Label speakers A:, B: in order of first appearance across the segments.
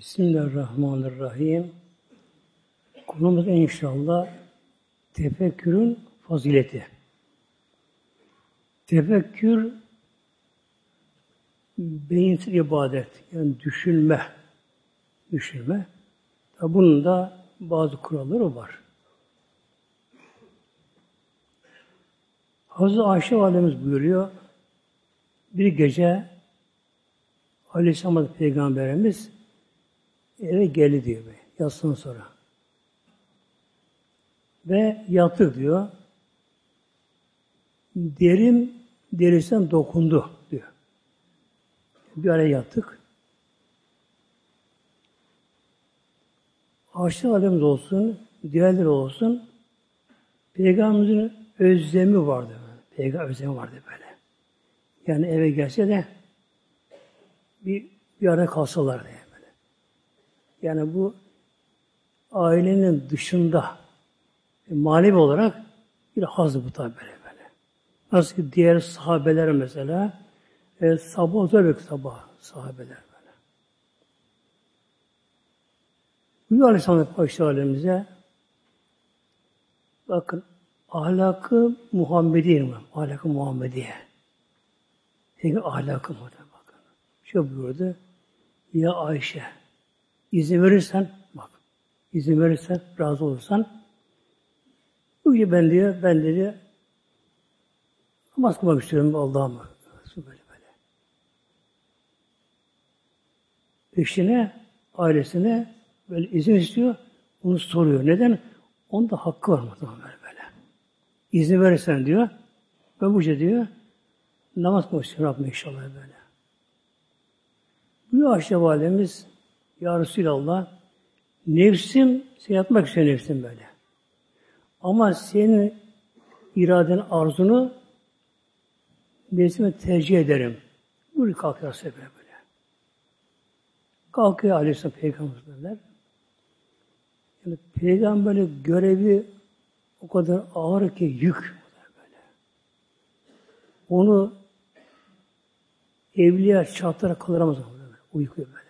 A: Bismillahirrahmanirrahim. Konumuz inşallah tefekkürün fazileti. Tefekkür beyinsiz ibadet, yani düşünme. Tabi bunun da bazı kuralları var. Hazreti Ayşe Validemiz buyuruyor, bir gece Aleyhisselam Peygamberimiz eve geldi diyor, yatsıdan sonra. Ve yattık diyor. Derim derisinden dokundu diyor. Bir araya yattık. Ayşe Validemiz olsun, diğerleri olsun, Peygamberimizin özlemi vardı. Peygamber özlemi vardı böyle. Yani eve gelse de bir arada kalsalar diye böyle. Yani bu ailenin dışında manevi olarak bir haz bu tabi böyle. Nasıl ki diğer sahabeler mesela sabah zor bir sabah sahabeler böyle. Buyuruyor Aleyhisselam Aleyhisselam'ımıza bakın ahlakı Muhammediye mi? Ahlakı Muhammediye. Peki ahlakı mı? Bakın. Şöyle buyurdu. Ya Ayşe izin verirsen bak izin verirsen razı olursan bu gibi ben diyor namaz kılmak istiyorum Allah'ıma. Böyle. Eşine, ailesine böyle izin istiyor. Onu soruyor. Neden? Onda hakkı var mı? Böyle. İzin verirsen diyor. Ben bu gece diyor namaz kılmak istiyorum Rabbim inşallah böyle. Bu Ayşe Validemiz Ya Resulallah nefsim sen yatmak istiyor nefsim böyle. Ama senin iraden arzunu nefsime tercih ederim. Buyur kalkıyor sefer böyle. Kalkıyor Aleyhisselam Peygamberler. Yani Peygamberlik görevi o kadar ağır ki yük böyle. Onu evliya çatlara kaldıramaz böyle. Uykuyor böyle.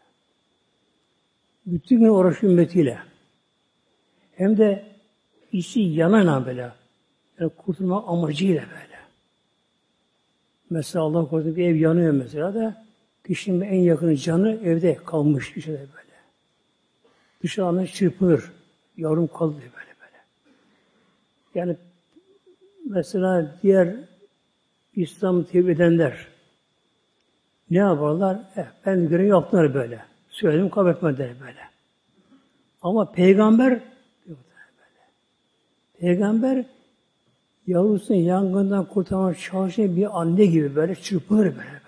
A: Bütün gün uğraşıyor ümmetiyle. Hem de içi yanana böyle. Yani kurtulma amacıyla böyle. Mesela Allah korusun bir ev yanıyor mesela da kişinin en yakın canı evde kalmış işte böyle. Dışarıdan çırpınır. Yavrum kaldı böyle. Yani mesela diğer İslam'ı tevhid edenler ne yaparlar? Ben görev yaptılar böyle. Söyledim kabul etmediler böyle. Ama peygamber yavrusunu yangından kurtarmak çalışan bir anne gibi böyle çırpınır böyle.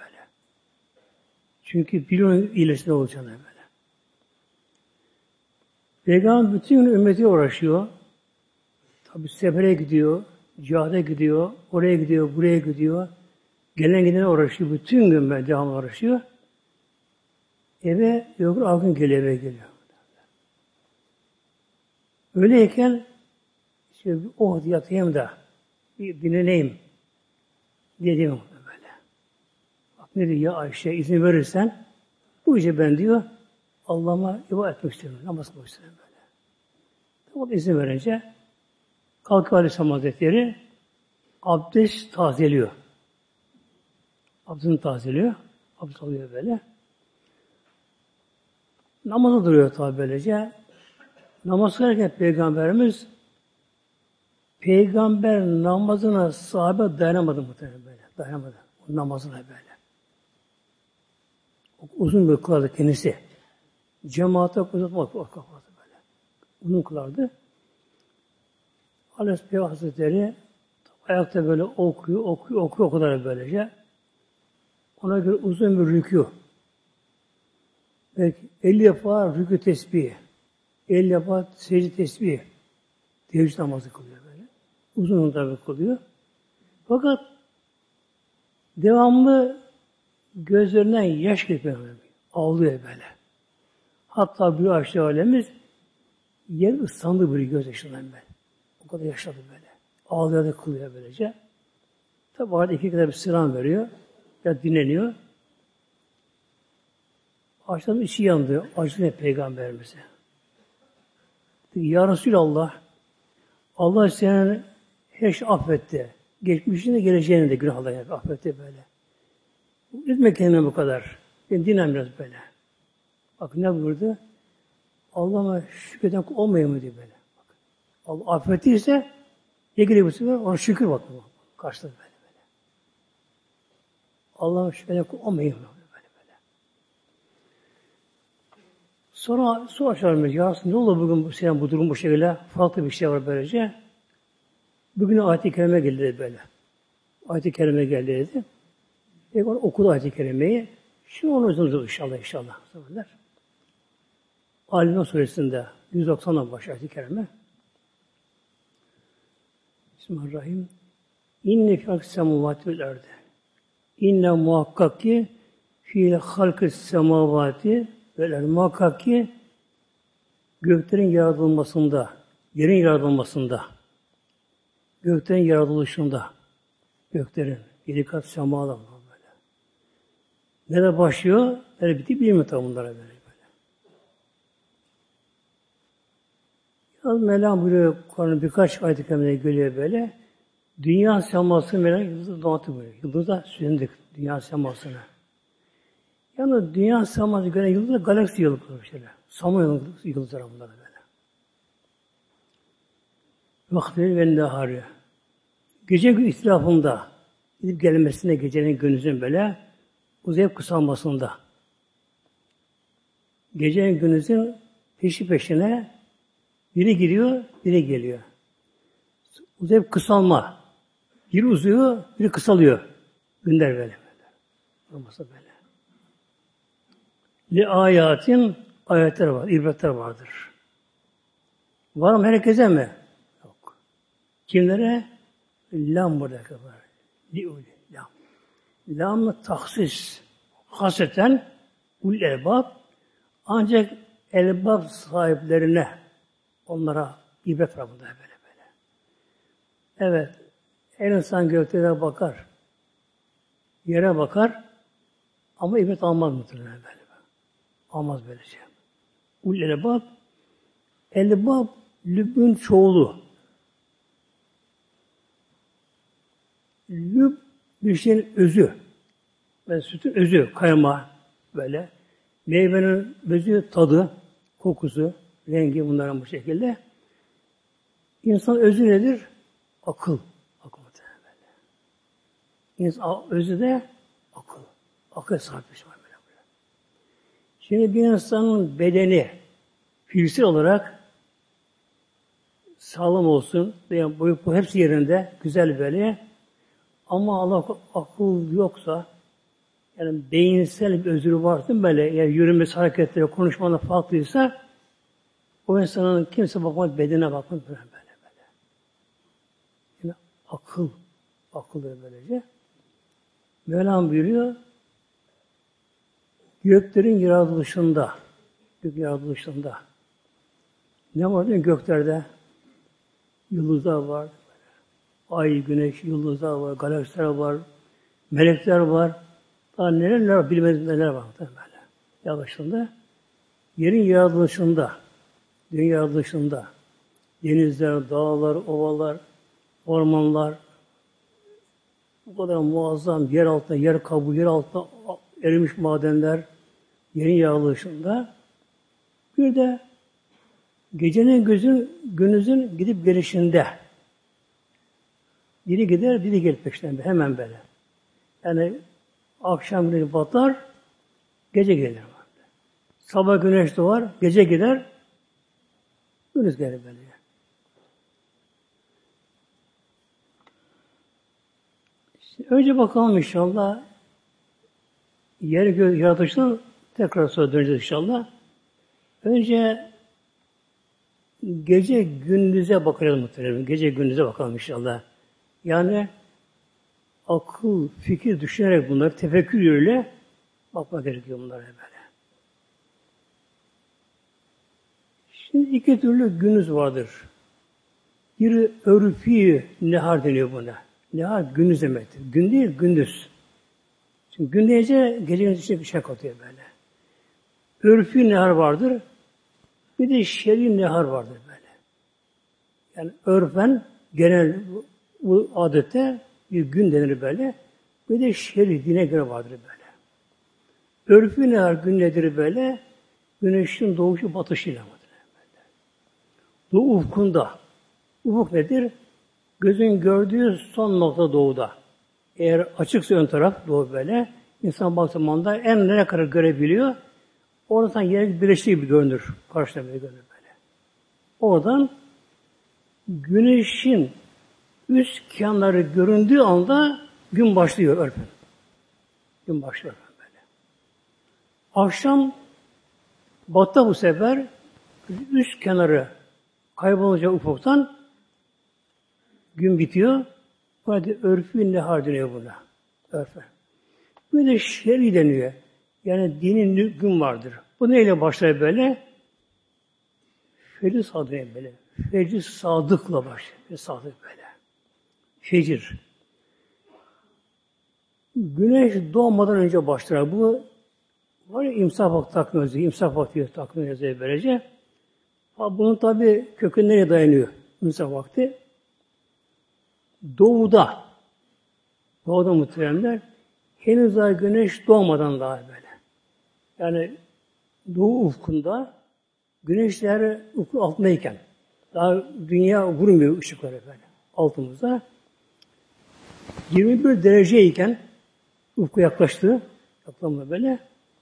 A: Çünkü biliyor iyileşme olacağını böyle. Peygamber bütün gün ümmetiyle uğraşıyor. Tabi sefere gidiyor, cihada gidiyor, oraya gidiyor, buraya gidiyor. Gelen gidene uğraşıyor. Bütün gün böyle devamlı uğraşıyor. Eve yok, akın geliyor, eve geliyor. Öyleyken işte yatayım da bir dinleneyim dedim böyle. Bak ne diyor ya Ayşe izin verirsen bu gece ben diyor Allah'ıma ibadet etmek istiyorum. Namaz kılmak istiyorum böyle. O da izin verince kalkıyor Aleyhisselam Hazretleri abdest tazeliyor. Abdestini tazeliyor. Abdest alıyor böyle. Namaza duruyor tabi böylece. Namaz kılarken Peygamber namazına sahabe dayanamadı muhtemelen böyle. Dayanamadı. O namazına böyle. Uzun bir kılardı kendisi. Cemaate uzatmak böyle. Uzun kılardı. Aleyhisselam Hazretleri ayakta böyle okuyor o kadar böylece. Ona göre uzun bir rükû. Belki 50 defa rükû tesbihi. 50 defa secde tesbihi. Teheccüd namazı kılıyor böyle. Uzun tabi kılıyor. Fakat devamlı gözlerinden yaş geliyor. Ağlıyor böyle. Hatta bir Ayşe Validemiz yer ıslandı böyle gözyaşından böyle. O kadar yaşadı böyle. Ağlıyor da kılıyor böylece. Tabi arada iki kadar bir selam veriyor. Ya dinleniyor. Açların içi yandı. Acılı Peygamberimize. Dedi, ya Resulallah, Allah senin her şeyi affetti. Geçmişini de geleceğini de günahlarını affetti böyle. Üzme kendini bu kadar. Ben dinlen biraz böyle. Bak ne buyurdu? Allah'ıma şükreden olmuyor mu diye böyle. Bak, Allah affettiyse ne gereği bu sefer? Ona şükür bakın. Karşıladı böyle. Allah'ıma şükreden olmuyor mu? Sonra su açarım. Ya ne olur bugün senin bu durum bu şekilde? Farklı bir şey var böylece. Bugün ayet-i kerime geldi dedi böyle. Ayet-i kerime geldi dedi. Peygamber okudu ayet-i kerimeyi. Şimdi onu özümüzü inşallah. Alime suresinde 190'dan başlıyor ayet-i kerime. Bismillahirrahmanirrahim. İnne fî semâvâti vel ardı. İnne muhakkak ki fî halkı semâvâti vel ardı. Muhakkak ki göklerin yaratılmasında, yerin yaratılmasında, göklerin yaratılışında, göklerin, 7 kat semalar böyle. Nerede başlıyor, nerede bitiyor bilmiyor tabi bunlara böyle. Yalnız Mevlam buyuruyor, Kur'an'ın birkaç ayet-i kerimede geliyor böyle. Dünya seması Mevlam yıldızı donatı buyuruyor. Yıldızda süzündük dünya semasına. Yalnız dünya seması gören yıldızlar galaksi yıldızları şöyle. Sama yıldızları bunlar böyle. Vakti ve nehari. Gece gün ihtilafında gidip gelmesinde gecenin gündüzün böyle uzayıp kısalmasında. Gecenin gündüzün peşine biri giriyor, biri geliyor. Uzayıp kısalma. Biri uzuyor, biri kısalıyor. Günler böyle. Olmasa böyle. Li ayatin ayetler var, ibretler vardır. Var mı herkese mi? Yok. Kimlere? Lam buradaki var. Li'uli, lam. Lam tahsis. Haseten ul elbab ancak elbab sahiplerine onlara ibret var bunda böyle. Evet. Her insan göklere bakar. Yere bakar. Ama ibret almaz muhtemelen böyle. Almaz böyle şey. Ul elbab elbab lübün çoğulu. Lüb bir şeyin özü. Ben sütün özü, kayma böyle. Meyvenin özü, tadı, kokusu, rengi bunların bu şekilde. İnsan özü nedir? Akıl. Akıl böyle. İnsan özü de akıl. Akıl sahibi var böyle. Şimdi bir insanın bedeni fiziksel olarak sağlam olsun, yani bu hepsi yerinde, güzel böyle. Ama Allah akıl yoksa, yani beyinsel bir özürü varsa böyle, yani yürümesi, hareketleri, konuşmaları farklıysa, o insanın kimse bakmaz, bedene bakmaz böyle. Yani akıldır böylece. Mevlam buyuruyor, göklerin yaratılışında, ne var diyor göklerde? Yıldızlar var, ay, güneş, yıldızlar var, galaksiler var, melekler var. Daha neler var, bilmediğimiz neler var böyle. Yaratılışında, yerin yaratılışında, dünya yaratılışında, denizler, dağlar, ovalar, ormanlar, bu kadar muazzam yer altında, yer kabuğu, yer altında erimiş madenler, yerin yaratılışında, bir de gecenin gündüzün gidip gelişinde. Biri gider, biri gelir peşinden. Hemen böyle. Yani akşam güneş batar, gece gelir. Sabah güneş doğar, gece gider, gündüz gelir böyle. Şimdi önce bakalım inşallah yer yaratışını tekrar sonra döneceğiz inşallah. Önce gece gündüze bakalım muhtemelen. Gece gündüze bakalım inşallah. Yani akıl, fikir düşünerek bunları tefekkür yoluyla bakmak gerekiyor bunlara böyle. Şimdi iki türlü gündüz vardır. Biri örfi nehar deniyor buna. Nehar gündüz demektir. Gün değil, gündüz. Çünkü gün deyince gecenin içine bir şey katıyor böyle. örfü nehar vardır. Bir de şer'i nehar vardır böyle. Yani örfen genel bu adette bir gün denir böyle. Bir de şer'i dine göre vardır böyle. Örfü nehar gün nedir böyle? Güneşin doğuşu batışıyla vardır. Böyle. Doğu ufkunda. Ufuk nedir? Gözün gördüğü son nokta doğuda. Eğer açıksa ön taraf doğu böyle, insan baktığı zaman da en nereye kadar görebiliyor? Oradan yere birleştiği gibi görünür. Karşıda böyle görünür böyle. Oradan güneşin üst kenarı göründüğü anda gün başlıyor örfen. Gün başlıyor böyle. Akşam batıda bu sefer üst kenarı kaybolunca ufuktan gün bitiyor. Burada örfü nehar deniyor buna. Örfe. Bir de şer'i deniyor. Yani dinin gün vardır. Bu neyle başlar böyle? Fecr sadık böyle. Fecr sadıkla başlar. Sadık böyle. Fecir. Güneş doğmadan önce başlar. Bu var ya imsak vakti takvim yazıyor. İmsak vakti takvim yazıyor böylece. Bunun tabi kökü nereye dayanıyor? İmsak vakti. Doğuda muhteremler henüz daha güneş doğmadan daha böyle. Yani doğu ufkunda güneşler ufkun altındayken daha dünya vurmuyor ışıkları böyle altımızda. 21 dereceyken ufku yaklaştı böyle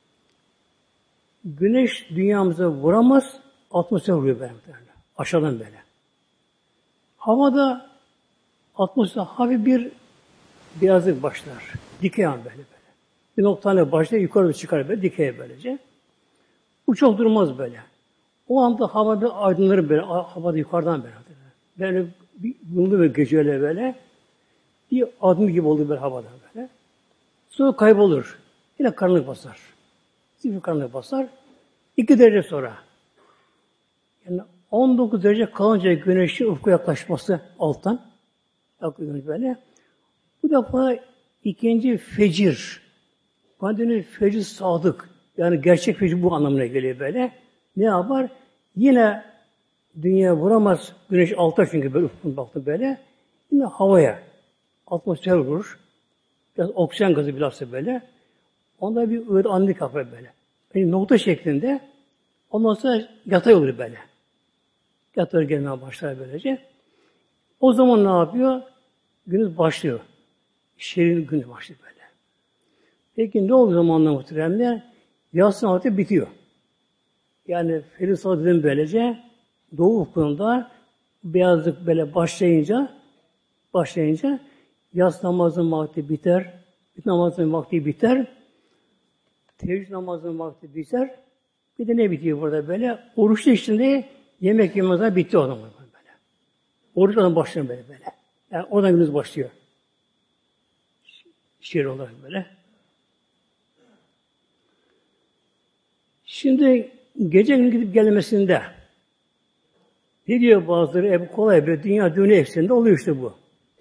A: güneş dünyamıza vuramaz atmosfer vuruyor böyle. Aşağıdan böyle. Havada atmosfer hafif bir beyazlık başlar. Dikey an böyle. Bir noktayla başlar yukarı çıkar böyle dikeye böylece. Bu çok durmaz böyle. O anda hava bir aydınlanır böyle. Havada yukarıdan böyle. Böyle bir yıldı ve geceyle böyle. Bir adım gibi oldu böyle havada böyle. Sonra kaybolur. Yine karanlık basar. Zifir karanlık basar. 2 derece sonra. Yani 19 derece kalınca güneşin ufka yaklaşması alttan. Yaklaşıyor böyle. Bu defa ikinci fecir. Bana fecir sadık. Yani gerçek fecir bu anlamına geliyor böyle. Ne yapar? Yine dünya vuramaz. Güneş alta çünkü böyle ufkun baktı böyle. Yine havaya. Atmosfer vurur. Biraz oksijen gazı bilhassa böyle. Onda bir ığır anlık yapar böyle. Yani nokta şeklinde. Ondan sonra yatay olur böyle. Yatay gelmeye başlar böylece. O zaman ne yapıyor? Günümüz başlıyor. Şerin günü başlıyor böyle. Peki ne oluyor zamanla muhteremler? Yatsı vakti bitiyor. Yani Feriz Sadık'ın böylece doğu ufkunda beyazlık böyle başlayınca yatsı namazının vakti biter. Bütün namazının vakti biter. Teheccüd namazının vakti biter. Bir de ne bitiyor burada böyle? Oruçlu içinde yemek yemezden bitti o zaman böyle. Oruçlardan başlıyor böyle. Yani oradan günümüz başlıyor. Şiir olarak böyle. Şimdi gece gün gidip gelmesinde ne diyor bazıları? Kolay bir dünya dönüyor hepsinde oluyor işte bu.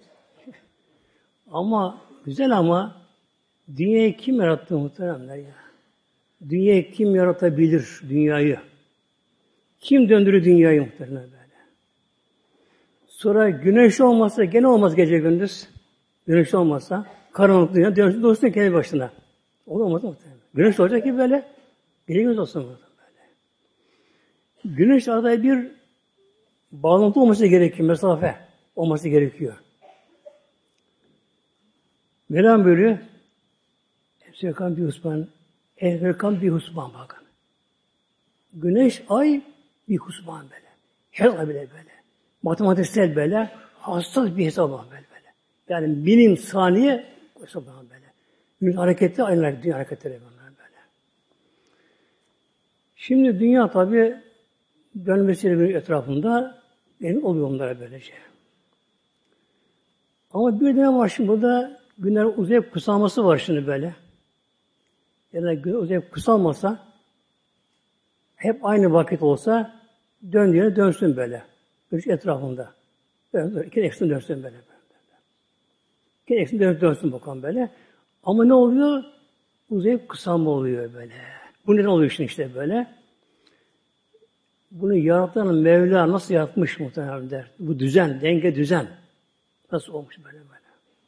A: Ama güzel ama dünyayı kim yarattı muhteremler ya? Dünyayı kim yaratabilir dünyayı? Kim döndürür dünyayı muhteremler böyle? Sonra güneş olmazsa gene olmaz gece gündüz. Güneş olmazsa karanlık dünya dönsün dursun kendi başına. Olamaz muhteremler. Güneş olacak ki böyle gece gündüz olsun böyle. Güneş arada bir bağlantı olması gerekiyor, mesafe olması gerekiyor. Mevlam buyuruyor, Efsekan bir husban, Efsekan bir husban bakın. Güneş, ay bir husban böyle. Her ay bile böyle. Matematiksel böyle, hassas bir hesap var böyle. Yani milim saniye hesap var böyle. Gün hareketi aynı dünya hareketleri bunlar böyle. Şimdi dünya tabi dönmesiyle bir etrafında oluyor onlara böylece. Ama bir dönem var şimdi burada günler uzayıp kısalması var şimdi böyle. Yani gün uzayıp kısalmasa hep aynı vakit olsa döndüğüne dönsün böyle. Güneş etrafında. İki eksen dönsün böyle. İki eksen dönsün bakalım böyle. Ama ne oluyor? Uzayıp kısalma oluyor böyle. Bu neden oluyor işte böyle? Bunu yaratan Mevla nasıl yapmış muhtemelen der. Bu düzen, denge düzen. Nasıl olmuş böyle böyle.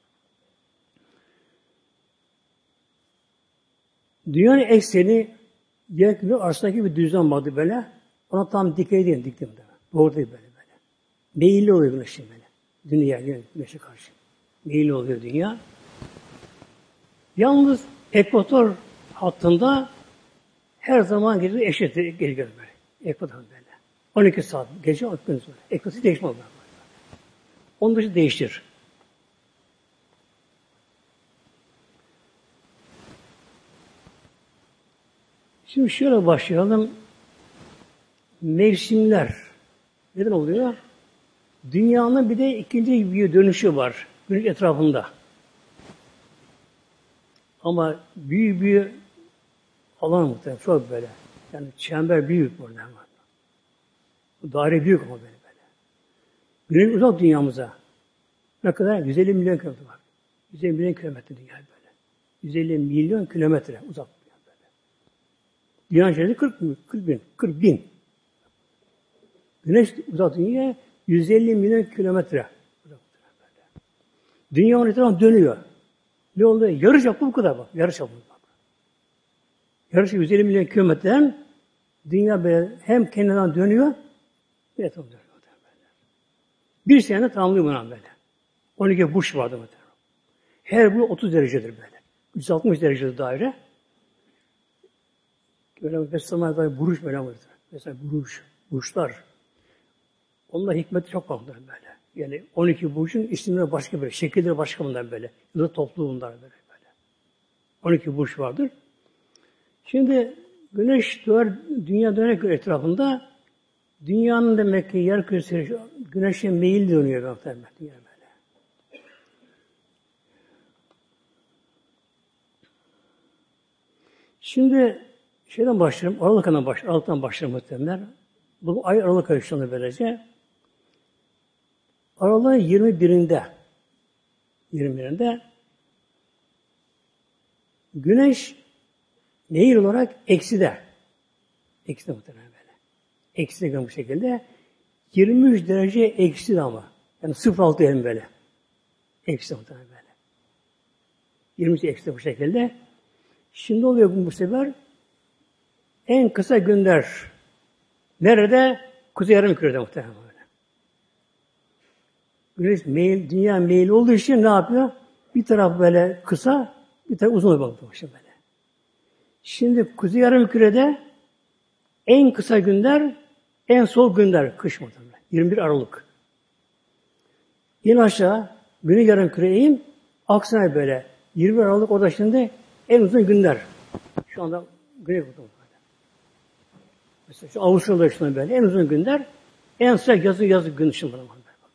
A: Dünyanın ekseni yeryüzü arasındaki bir düzen vardı böyle. Ona tam dikey değil, diktim de. Doğru değil böyle böyle. Meyilli oluyor güneşin böyle. Dünya, güneşe karşı. Meyilli oluyor dünya. Yalnız ekvator hattında her zaman gece eşit geliyor böyle. Ekvator böyle. 12 saat gece 12 gün sonra. Ekvator değişmez böyle. Onun dışı değiştir. Şimdi şöyle başlayalım. Mevsimler. Neden oluyor? Dünyanın bir de ikinci bir dönüşü var. Güneş etrafında. Ama büyük alan muhtemelen. Çok böyle. Yani çember büyük burada. Bu daire büyük ama böyle. Güneş uzak dünyamıza. Ne kadar? 150 milyon kilometre var. 150 milyon kilometre dünya böyle. 150 milyon kilometre uzak dünya böyle. Dünya şeridi 40 bin. Güneş uzak dünya 150 milyon kilometre. Dünya onun etrafında dönüyor. Ne oluyor? Yarı çapı bu kadar bak. Yarı çapı bak. Yarı çapı 150 milyon kilometreden dünya böyle hem kendinden dönüyor bir etrafında dönüyor. Bir sene tamamlıyor buna böyle. 12 burç vardı mesela. Her burç 30 derecedir böyle. 360 derecedir daire. Böyle mesela buruş böyle vardır. Mesela burçlar. Onlar hikmeti çok farklı böyle. Yani 12 burcun isimleri başka böyle, şekilleri başka bunlar böyle. Ya da toplu bunlar böyle. 12 burç vardır. Şimdi Güneş dünya dönerek etrafında dünyanın demek ki yer küresi Güneş'e meyil dönüyor muhtemelen dünya böyle. Şimdi Aralık'tan başlayalım muhtemelen. Bu ay Aralık ayı şu anda böylece. Aralık'ın 21'inde Güneş meyil olarak ekside muhtemelen böyle. Ekside bu şekilde. 23 derece eksi ama. Yani 0,6 diyelim böyle. Eksi muhtemelen böyle. 23 eksi bu şekilde. Şimdi oluyor bu sefer en kısa günler nerede? Kuzey Yarımküre'de muhtemelen böyle. Güneş dünya meyil olduğu için ne yapıyor? Bir taraf böyle kısa, bir taraf uzun bakıyor böyle. Şimdi Kuzey Yarımküre'de en kısa günler, en soğuk günler kış muhtemelen. 21 Aralık. Yine aşağı Güney Yarımküre'ye in, aksine böyle 21 Aralık o da şimdi en uzun günler. Şu anda Güney Kutbu'nda böyle. Mesela şu Avustralya'da şuna böyle en uzun günler, en sıcak yazı gün şimdi böyle.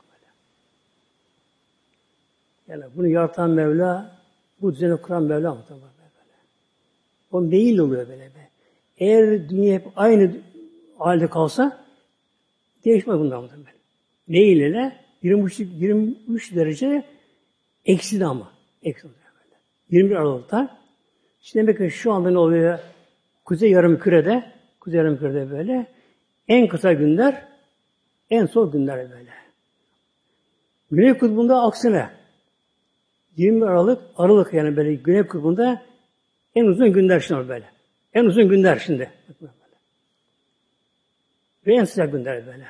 A: Yani bunu yaratan Mevla, bu düzeni kuran Mevla muhtemelen böyle. O meyil oluyor böyle. Eğer dünya hep aynı halde kalsa değişmez bundan muhtemelen. Meyil ile 23 derece eksi ama. Eksi oluyor böyle. 21 Aralık'ta. Şimdi demek ki şu anda ne oluyor? Kuzey Yarımküre'de böyle en kısa günler, en soğuk günler böyle. Güney Kutbu'nda aksine 20 Aralık yani böyle Güney Kutbu'nda en uzun günler şimdi böyle. En uzun günler şimdi. Ve en sıcak günler böyle.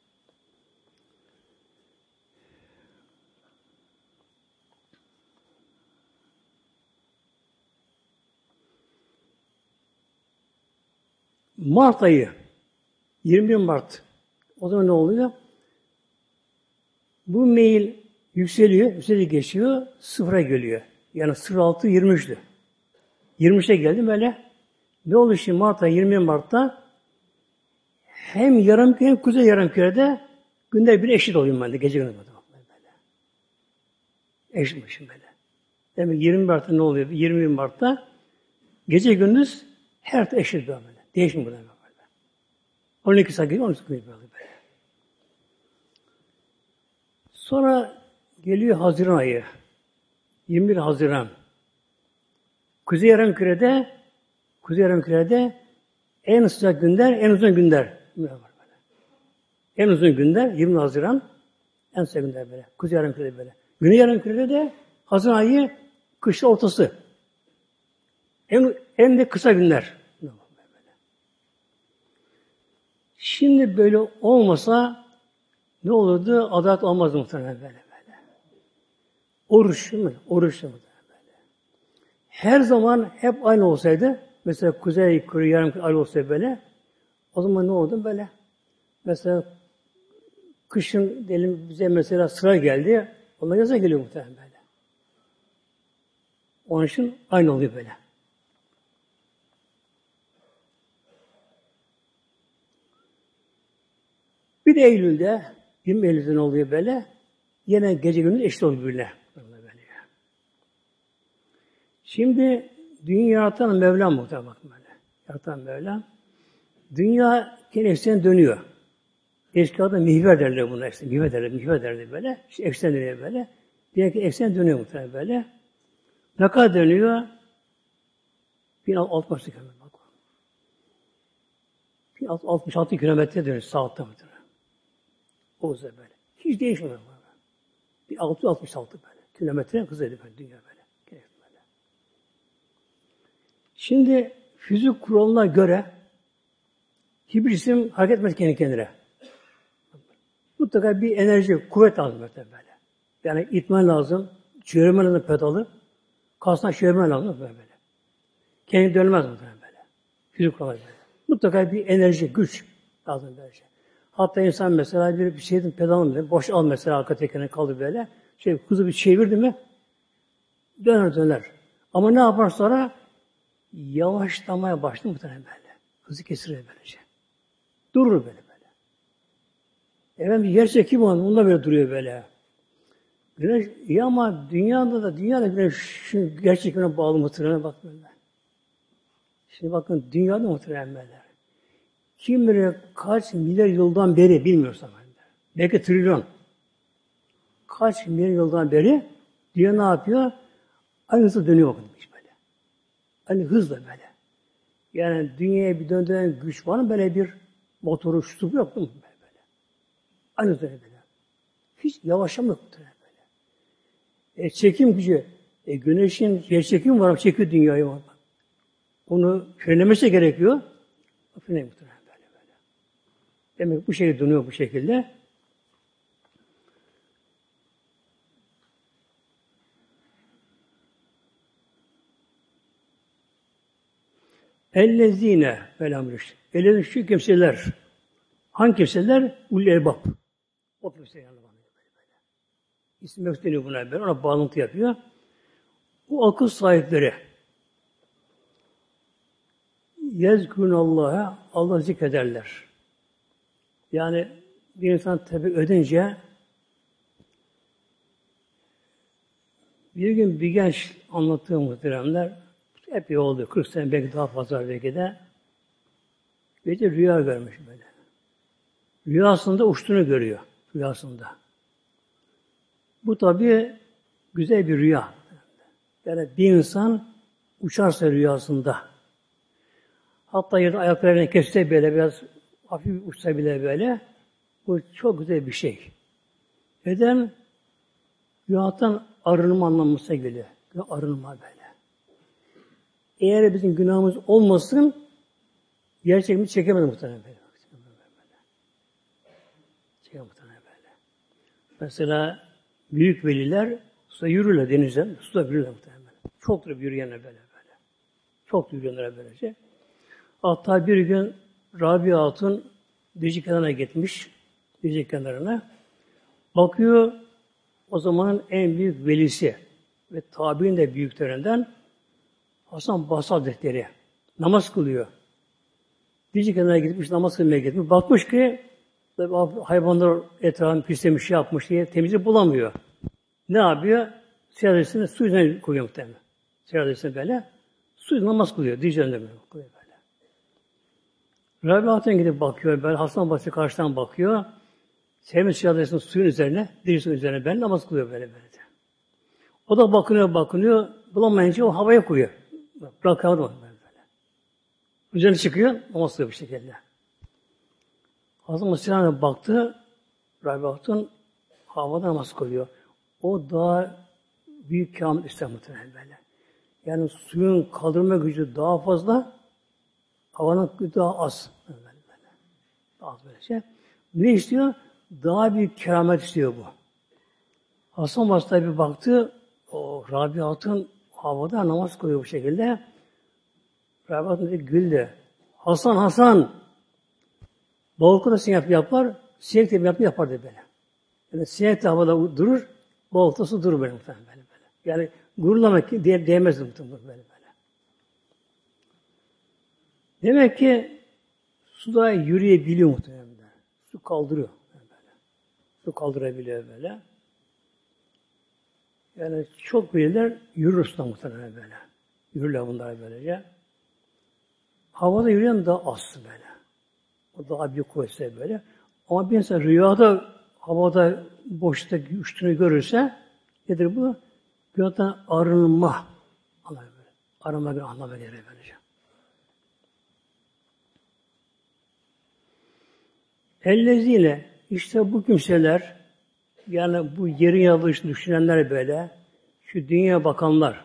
A: Mart ayı 21 Mart o zaman ne oluyor? Bu meyil yükseliyor geçiyor, sıfıra geliyor. Yani 0,6-23'tü. 23'e geldi böyle. Ne oldu şimdi Mart'ta, 20 Mart'ta hem yarımküre hem kuzey yarımkürede günler bir eşit oluyor bende. Gece gündüz böyle. Eşitmişim böyle. Demek 20 Mart'ta ne oluyor? 20 Mart'ta gece gündüz her taraf eşit böyle. Değişmiyor böyle. 12 saat geliyor, 12 saat geliyor böyle. Sonra geliyor Haziran ayı. 21 Haziran. Kuzey Yarımküre'de Kuzey Yarımküre'de en sıcak günler, en uzun günler. En uzun günler 20 Haziran, en sıcak günler böyle. Kuzey Yarımküre'de böyle. Güney Yarımküre'de de Haziran ayı kışın ortası. En de kısa günler. Şimdi böyle olmasa ne olurdu? Adalet olmazdı muhtemelen böyle. Oruç mu? Oruç mu? Her zaman hep aynı olsaydı, mesela kuzey, kuzey, yarım aynı olsaydı böyle, o zaman ne oldu böyle? Mesela kışın diyelim bize mesela sıra geldi, onlar yaza geliyor muhtemelen böyle. Onun için aynı oluyor böyle. Bir de Eylül'de, 20 Eylül'de ne oluyor böyle? Yine gece gündüz eşit oluyor birbirine. Şimdi dünya yaratan Mevlam muhtemelen bakın böyle. Yaratan Mevlam. Dünya kendi eksenine dönüyor. Eski adı mihver derler buna işte. Mihver derler böyle. İşte eksen dönüyor böyle. Diğer ki eksen dönüyor muhtemelen böyle. Ne kadar dönüyor? 1060 kilometre. 66 kilometre dönüyor saatte muhtemelen. O yüzden böyle. Hiç değişmiyor. 666 böyle. Kilometre hızlı ediyor dünya böyle. Şimdi fizik kuralına göre hiçbir cisim hareket etmez kendi kendine. Mutlaka bir enerji, kuvvet lazım böyle. Yani itmen lazım, çevirmen lazım pedalı, kasına çevirmen lazım böyle. Kendi dönmez mutlaka böyle. Fizik kuralına göre. Mutlaka bir enerji, güç lazım böyle. Hatta insan mesela bir şeyin pedalını boş al mesela arka tekerine kaldır böyle. Hızlı bir çevirdi mi döner. Ama ne yapar sonra? Yavaşlamaya başladı muhtemelen böyle. Hızı kesilir böylece. Durur böyle. Efendim yer çekimi var, bununla böyle duruyor böyle. Güneş, iyi ama dünyada güneşin gerçekliğine bağlı muhtemelen bak böyle. Şimdi bakın dünyada muhtemelen böyle. Kim bilir kaç milyar yıldan beri bilmiyoruz ama. Belki trilyon. Kaç milyar yıldan beri dünya ne yapıyor? Aynı hızla dönüyor bakın. Hani hızla böyle. Yani dünyaya bir döndüren güç var mı? Böyle bir motoru, şutu yok mu? Böyle. Aynı hızla böyle. Hiç yavaşlama yok böyle. Çekim gücü. Güneşin yer çekimi var ama çekiyor dünyayı var. Onu frenlemesi gerekiyor. Frenlemiyor böyle. Demek bu şekilde dönüyor bu şekilde. Ellezine velamrüş. Ellezine şu kimseler. Hangi kimseler? Ulul erbab. O kimseler. İsim yok deniyor buna böyle. Ona bağlantı yapıyor. Bu akıl sahipleri. Yezkûnallâhe Allah zikrederler. Yani bir insan tabi ödünce bir gün bir genç anlattığı muhteremler hep iyi oldu. 40 sene belki daha fazla belki de. Gece rüya görmüş böyle. Rüyasında uçtuğunu görüyor. Rüyasında. Bu tabi güzel bir rüya. Yani bir insan uçarsa rüyasında. Hatta yerde ayaklarını kesse böyle biraz hafif uçsa bile böyle. Bu çok güzel bir şey. Neden? Günahtan arınma anlamına geliyor. Arınma böyle. Eğer bizim günahımız olmasın, gerçekimizi çekemez muhtemelen böyle. Çekemez muhtemelen böyle. Mesela büyük veliler suda yürürler denizden, suda yürürler muhtemelen böyle. Çoktur yürüyenler böyle. Çok yürüyenler böylece. Hatta bir gün Rabia Hatun Dicle kenarına gitmiş, Dicle kenarına. Bakıyor, o zamanın en büyük velisi ve tabi'in de büyüklerinden Hasan Basri Hazretleri namaz kılıyor. Dicle kenarına gitmiş, namaz kılmaya gitmiş. Bakmış ki hayvanlar etrafını pislemiş, şey yapmış diye temizlik bulamıyor. Ne yapıyor? Seyredesini su yüzüne koyuyor muhtemelen. Seyredesini böyle. Su namaz kılıyor. Dicle önünde kılıyor böyle. Rabia Hatun gidip bakıyor. Böyle Hasan Basri karşıdan bakıyor. Sevmiş seyredesini suyun üzerine, dicle suyun üzerine böyle namaz kılıyor böyle. O da bakınıyor. Bulamayınca o havaya koyuyor. Bırakamadı böyle. Üzerine çıkıyor, namaz kılıyor bir şekilde. Hazreti Mısır'a baktı, Rabbi Hatun havada namaz kılıyor. O daha büyük kâmet ister muhtemelen böyle. Yani suyun kaldırma gücü daha fazla, havanın daha az. Böyle. Daha az böyle şey. Ne istiyor? Daha büyük keramet istiyor bu. Hasan Basri bir baktı, o Rabbi Hatun havada namaz kılıyor bu şekilde. Rabbi Hatun dedi, güldü. Hasan, balıkta da sinek yapar, sinek de yapar dedi böyle. Yani sinek de havada durur, balıkta su durur böyle muhtemelen böyle. Yani gururlamak değmez muhtemelen böyle. Demek ki suda yürüyebiliyor muhtemelen. Su kaldırıyor. Böyle. Su kaldırabiliyor böyle. Yani çok bilirler yürür suda muhtemelen böyle. Yürürler bunlar böylece. Havada yürüyen daha az böyle. O daha büyük kuvvetse böyle. Ama bir insan rüyada havada boşlukta uçtuğunu görürse nedir bu? Günahdan arınma anlamı böyle. Arınma bir anlamı gelir böylece. Ellezine işte bu kimseler yani bu yerin yaratılışını düşünenler böyle şu dünya bakanlar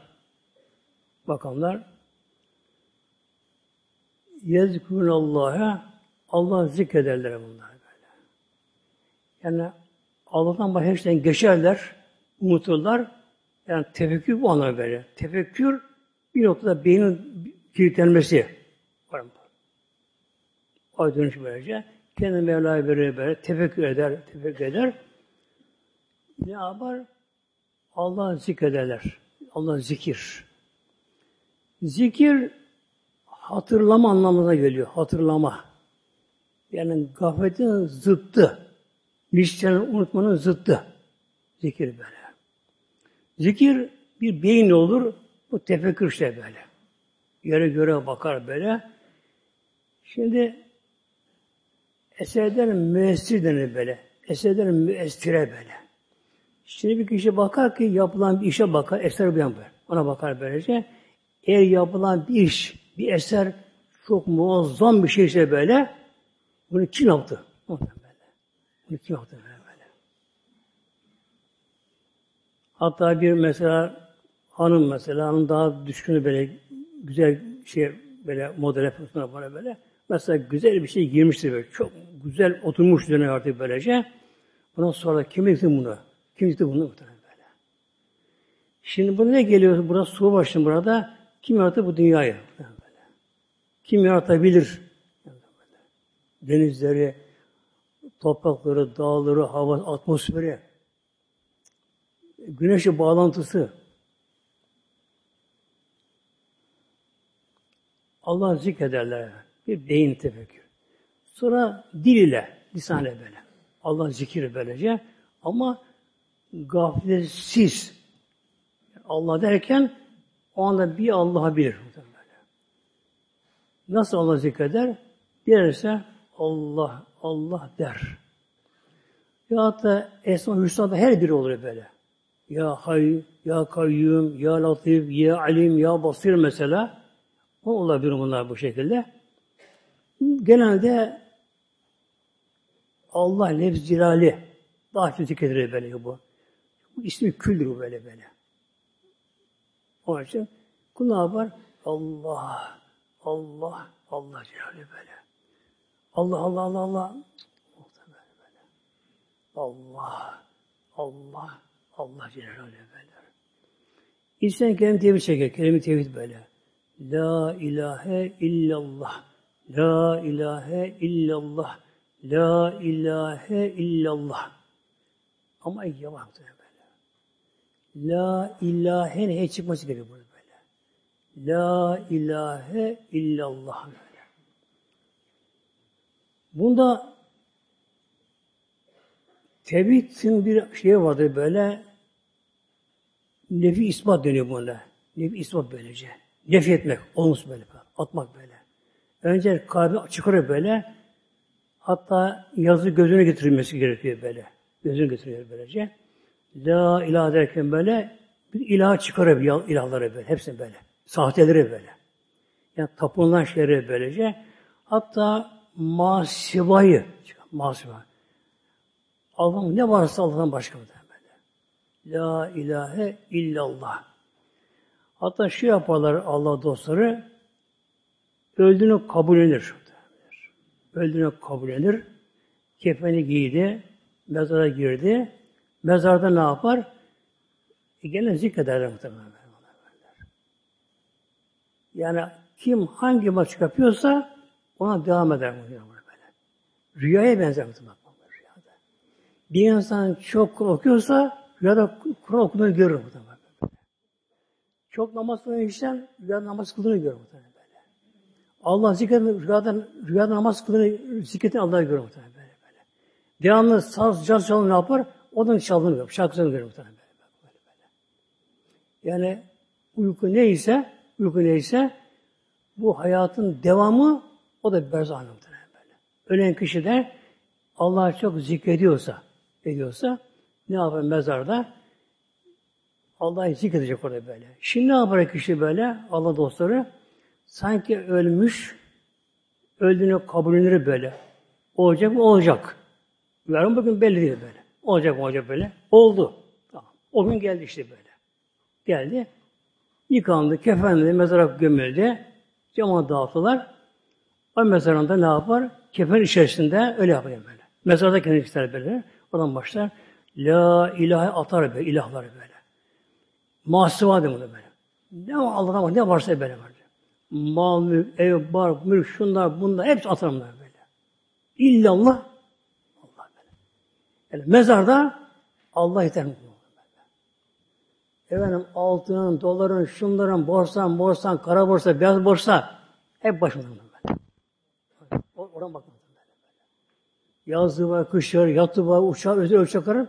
A: yezkurunallâhe Allah zikrederler bunlar böyle. Yani Allah'tan başka her şeyden geçerler, unuturlar. Yani tefekkür bu anlamda böyle. Tefekkür bir noktada beynin kilitlenmesi var mı? O dönüş böylece. Kendi Mevla'yı böyle tefekkür eder. Ne yapar? Allah zikrederler. Allah zikir. Zikir hatırlama anlamına geliyor. Hatırlama. Yani gafletin zıttı. Listenin unutmanın zıttı. Zikir böyle. Zikir bir beyin olur. Bu tefekkür işte böyle. Yere göre bakar böyle. Şimdi eserden müessir denir böyle. Eserden müessire böyle. Şimdi bir kişi bakar ki yapılan bir işe bakar, eser böyle. Ona bakar böylece. Eğer yapılan bir iş, bir eser çok muazzam bir şeyse böyle, bunu kim yaptı? Bunu kim yaptı böyle? Hatta bir mesela hanım daha düşkünü böyle güzel şey böyle model yapısına böyle. Mesela güzel bir şey giymiştir böyle. Çok güzel oturmuş üzerine artık böylece. Bundan sonra kim yıktı bunu? Kim yıktı bunu? Böyle. Şimdi bu ne geliyor? Burası su başında burada. Kim yarattı bu dünyayı? Böyle. Kim yaratabilir? Denizleri, toprakları, dağları, hava, atmosferi, güneşle bağlantısı. Allah zikrederler. Bir beyin tefekkür. Sonra dil ile, lisan ile böyle. Allah zikri böylece. Ama gafletsiz. Allah derken o anda bir Allah'ı bilir. Nasıl Allah zikreder? Dilerse Allah der. Ya hatta Esma-ı Hüsna'da her biri olur böyle. Ya Hayy, Ya Kayyum, Ya Latif, Ya Alim, Ya Basir mesela. O olabilir bunlar bu şekilde. Genelde Allah lefz-i cilali daha çok zikredilir böyle bu. Bu ismi küldür bu böyle. Onun için kul ne yapar? Allah Cilali böyle. Allah. Allah Cilali böyle. İnsan kelime tevhid çeker. Kelime tevhid böyle. La ilahe illallah. La ilahe illallah. La ilahe illallah. Ama yavaş böyle. La ilahe ne çıkması gerekiyor burada böyle. La ilahe illallah böyle. Bunda tevhidin bir şeyi vardır böyle. Nefi ispat deniyor buna. Nefi ispat böylece. Nefi etmek, olmuş böyle. Atmak böyle. Önce kalbi çıkarıyor böyle. Hatta yazı gözüne getirilmesi gerekiyor böyle. Gözüne getiriyor böylece. La ilahe derken böyle bir ilah çıkarıyor ilahları böyle. Hepsini böyle. Sahteleri böyle. Yani tapınılan şeyleri böylece. Hatta masivayı, masiva. Allah'ın ne varsa Allah'tan başka mı böyle. La ilahe illallah. Hatta şu yaparlar Allah dostları, öldüğünü kabullenir. Öldüğünü kabullenir. Kefeni giydi, mezara girdi. Mezarda ne yapar? Gene zikrederler muhtemelen. Yani kim hangi maç yapıyorsa ona devam eder muhtemelen böyle. Rüyaya benzer muhtemelen. Rüyada. Bir insan çok Kur'an okuyorsa rüyada Kur'an okuduğunu görür muhtemelen. Çok namaz kılan insan rüyada namaz kıldığını görür muhtemelen böyle. Allah zikredin rüyada namaz kıldığını zikredin Allah'ı görür muhtemelen böyle. Devamlı saz, caz çalın ne yapar? Onun çaldığını görür. Şarkısını görür muhtemelen böyle. Yani uyku neyse bu hayatın devamı o da berzah muhtemelen böyle. Ölen kişi de Allah'ı çok zikrediyorsa ne yapar mezarda? Allah'ı zikredecek orada böyle. Şimdi ne yapar kişi böyle? Allah dostları sanki ölmüş, öldüğünü kabullenir böyle. Olacak mı? Olacak. Yarın bugün belli değil böyle. Olacak mı? Olacak böyle. Oldu. Tamam. O gün geldi işte böyle. Geldi. Yıkandı, kefenli, mezara gömüldü. Cemaat dağıttılar. O mezarında ne yapar? Kefen içerisinde öyle yapar böyle. Mezarda kendini ister böyle. Oradan başlar. La ilahe atar böyle, ilahlar böyle. Mahsuva bunu böyle. Ne Allah'tan var, ne varsa böyle var. Mal, mülk, ev, bar, mülk, şunlar, bunlar, hepsi atarımlar böyle. İllallah, Allah böyle. Yani mezarda Allah yeter mi? Efendim altının, doların, şunların, borsan, kara borsa, beyaz borsa hep başımdan böyle. Oradan bakmadım böyle. Yazı var, kışı var, yatı var, uçağı, özel uçakları.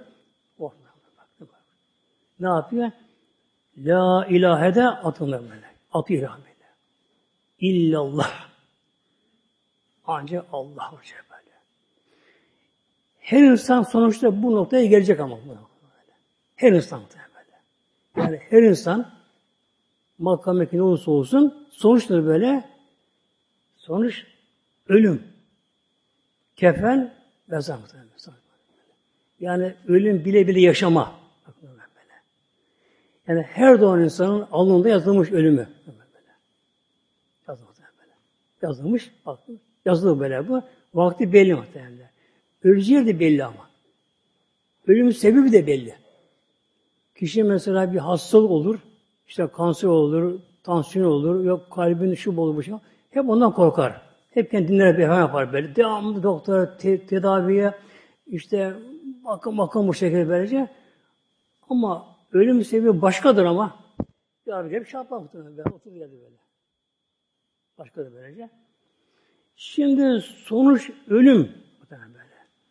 A: Ne yapıyor? La ilahe de atılır böyle. Atı ilah böyle. İllallah. Ancak Allah olacak böyle. Her insan sonuçta bu noktaya gelecek ama. Her insan böyle. Yani her insan makameki ne olursa olsun sonuçta böyle sonuç ölüm. Kefen mezar muhtemelen. Yani ölüm bile bile yaşama. Yani her doğan insanın alnında yazılmış ölümü. Yazılmış, yazılı böyle bu. Vakti belli muhtemelen. Öleceği de belli ama. Ölümün sebebi de belli. Kişi mesela bir hastalık olur, işte kanser olur, tansiyon olur, yok kalbin şu olur bu şey. Hep ondan korkar. Hep kendine bir yapar böyle. Devamlı doktora, tedaviye, işte bakım bu şekilde böylece. Ama ölüm sebebi başkadır ama. Ya bir şey yapar muhtemelen. Otur geldi böyle. Başkadır böylece. Şimdi sonuç ölüm. Muhtemelen böyle.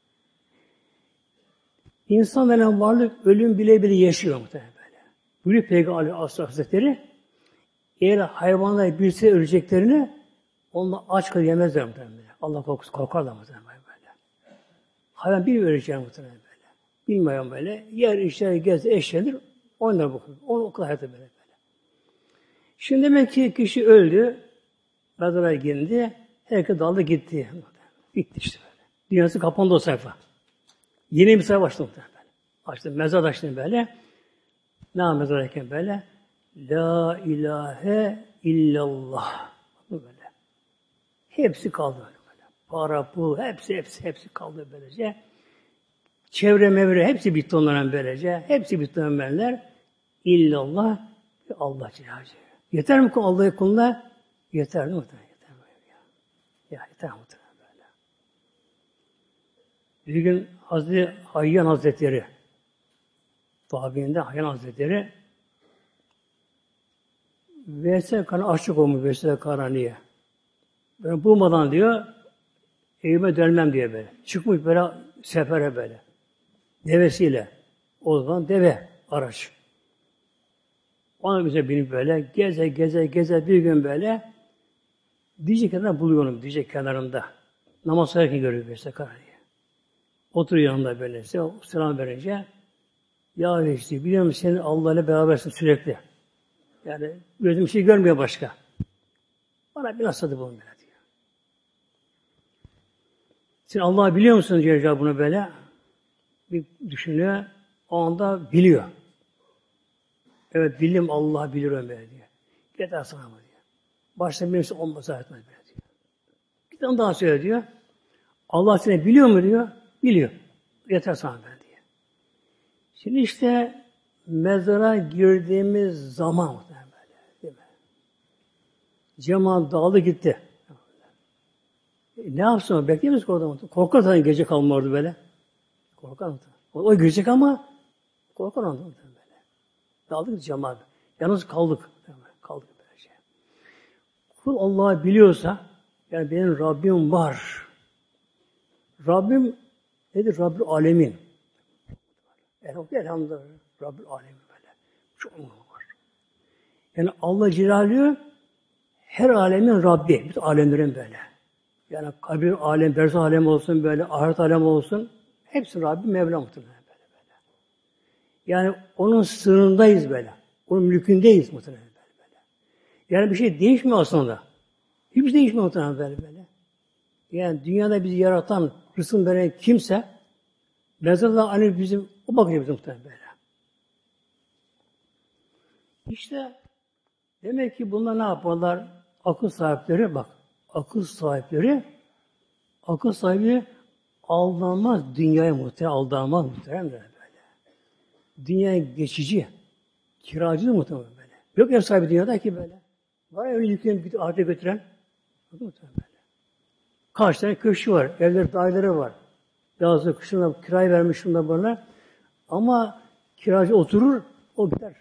A: İnsan denen varlık ölüm bile bile yaşıyor muhtemelen böyle. Buyuruyor Peygamber Hazretleri, eğer hayvanlar birisi öleceklerini onunla aç kalır yemezler muhtemelen böyle. Allah korkusu korkarlar muhtemelen böyle. Hayvan bir öleceğini muhtemelen böyle. Bilmiyorum böyle. Yer, içer, gezer, eşlenir. Oynar bu kadar. O kadar hayatı böyle. Şimdi demek ki kişi öldü. Mezara girdi. Herkes daldı gitti. Bitti işte böyle. Dünyası kapandı o sayfa. Yeni bir sayfa başladı böyle. Açtı. Mezar açtı böyle. Ne mezarken böyle? La ilahe illallah. Böyle. Hepsi kaldı böyle. Para, pul, hepsi kaldı böylece. Çevre mevre hepsi bitti onların böylece. Hepsi bitti ömerler. İllallah ve Allah Celle. Yeter mi ki Allah'ı kuluna? Yeter mi? Yeter mi? Ya yeter mi? Böyle. Bir gün Hazreti Hayyan Hazretleri tabiinde Hayyan Hazretleri Veysel Karani aşık olmuş Veysel Karani'ye. Ben bulmadan diyor evime dönmem diye böyle. Çıkmış böyle sefere böyle. Devesiyle. O zaman deve araç. Ona bize binip böyle geze bir gün böyle Dicle kenarında buluyorum. Dicle kenarında. Namaz kılarken görüyor Veysel Karani'yi. Oturuyor yanında böylece. Selam verince ya işte biliyor musun sen Allah ile berabersin sürekli. Yani gözüm bir şey görmüyor başka. Bana bir nasihat bulun böyle diyor. Sen Allah'ı biliyor musun diyor bunu böyle. Bir düşünüyor. O anda biliyor. Evet bildim Allah biliyorum böyle diyor. Yeter sana mı diyor. Başta birisi olmasa etmez böyle diyor. Bir tane daha söyle diyor. Allah seni biliyor mu diyor. Biliyor. Yeter sana ben diyor. Şimdi işte mezara girdiğimiz zaman böyle, değil mi? Cemaat dağıldı gitti. Ne yapsın o? Bekliyor musun orada? Korkar tabii gece kalma orada böyle. Korkar mı? O girecek ama korkar ondan böyle. Dağıldık cemaat. Yalnız kaldık. Kaldık böyle şey. Kul Allah'ı biliyorsa, yani benim Rabbim var. Rabbim nedir? Rabbül Alemin. Elhamdülillah. Rabbül Alemin böyle. Çok mu var? Yani Allah Celaluhu her alemin Rabbi. Bütün alemlerin böyle. Yani kabir alem, berzah alem olsun böyle, ahiret alem olsun. Hepsi Rabbi Mevla muhtemelen böyle. Yani onun sınırındayız böyle. Onun mülkündeyiz muhtemelen böyle. Yani bir şey değişmiyor aslında. Hiçbir şey değişmiyor muhtemelen böyle. Yani dünyada bizi yaratan, rızkını veren kimse mezarda hani bizim o bakıyor bizim muhtemelen böyle. İşte demek ki bunlar ne yaparlar? Akıl sahipleri bak. Akıl sahibi aldanmaz dünyaya muhtemelen aldanmaz muhtemelen böyle. Dünya geçici. Kiracı muhtemelen böyle. Yok ev sahibi dünyada ki böyle. Var ya öyle yükleyen ahirete götüren. Muhtemelen böyle. Kaç tane köşkü var. Evler, daireleri var. Yazı kışında kirayı vermiş şunda bana. Ama kiracı oturur, o gider.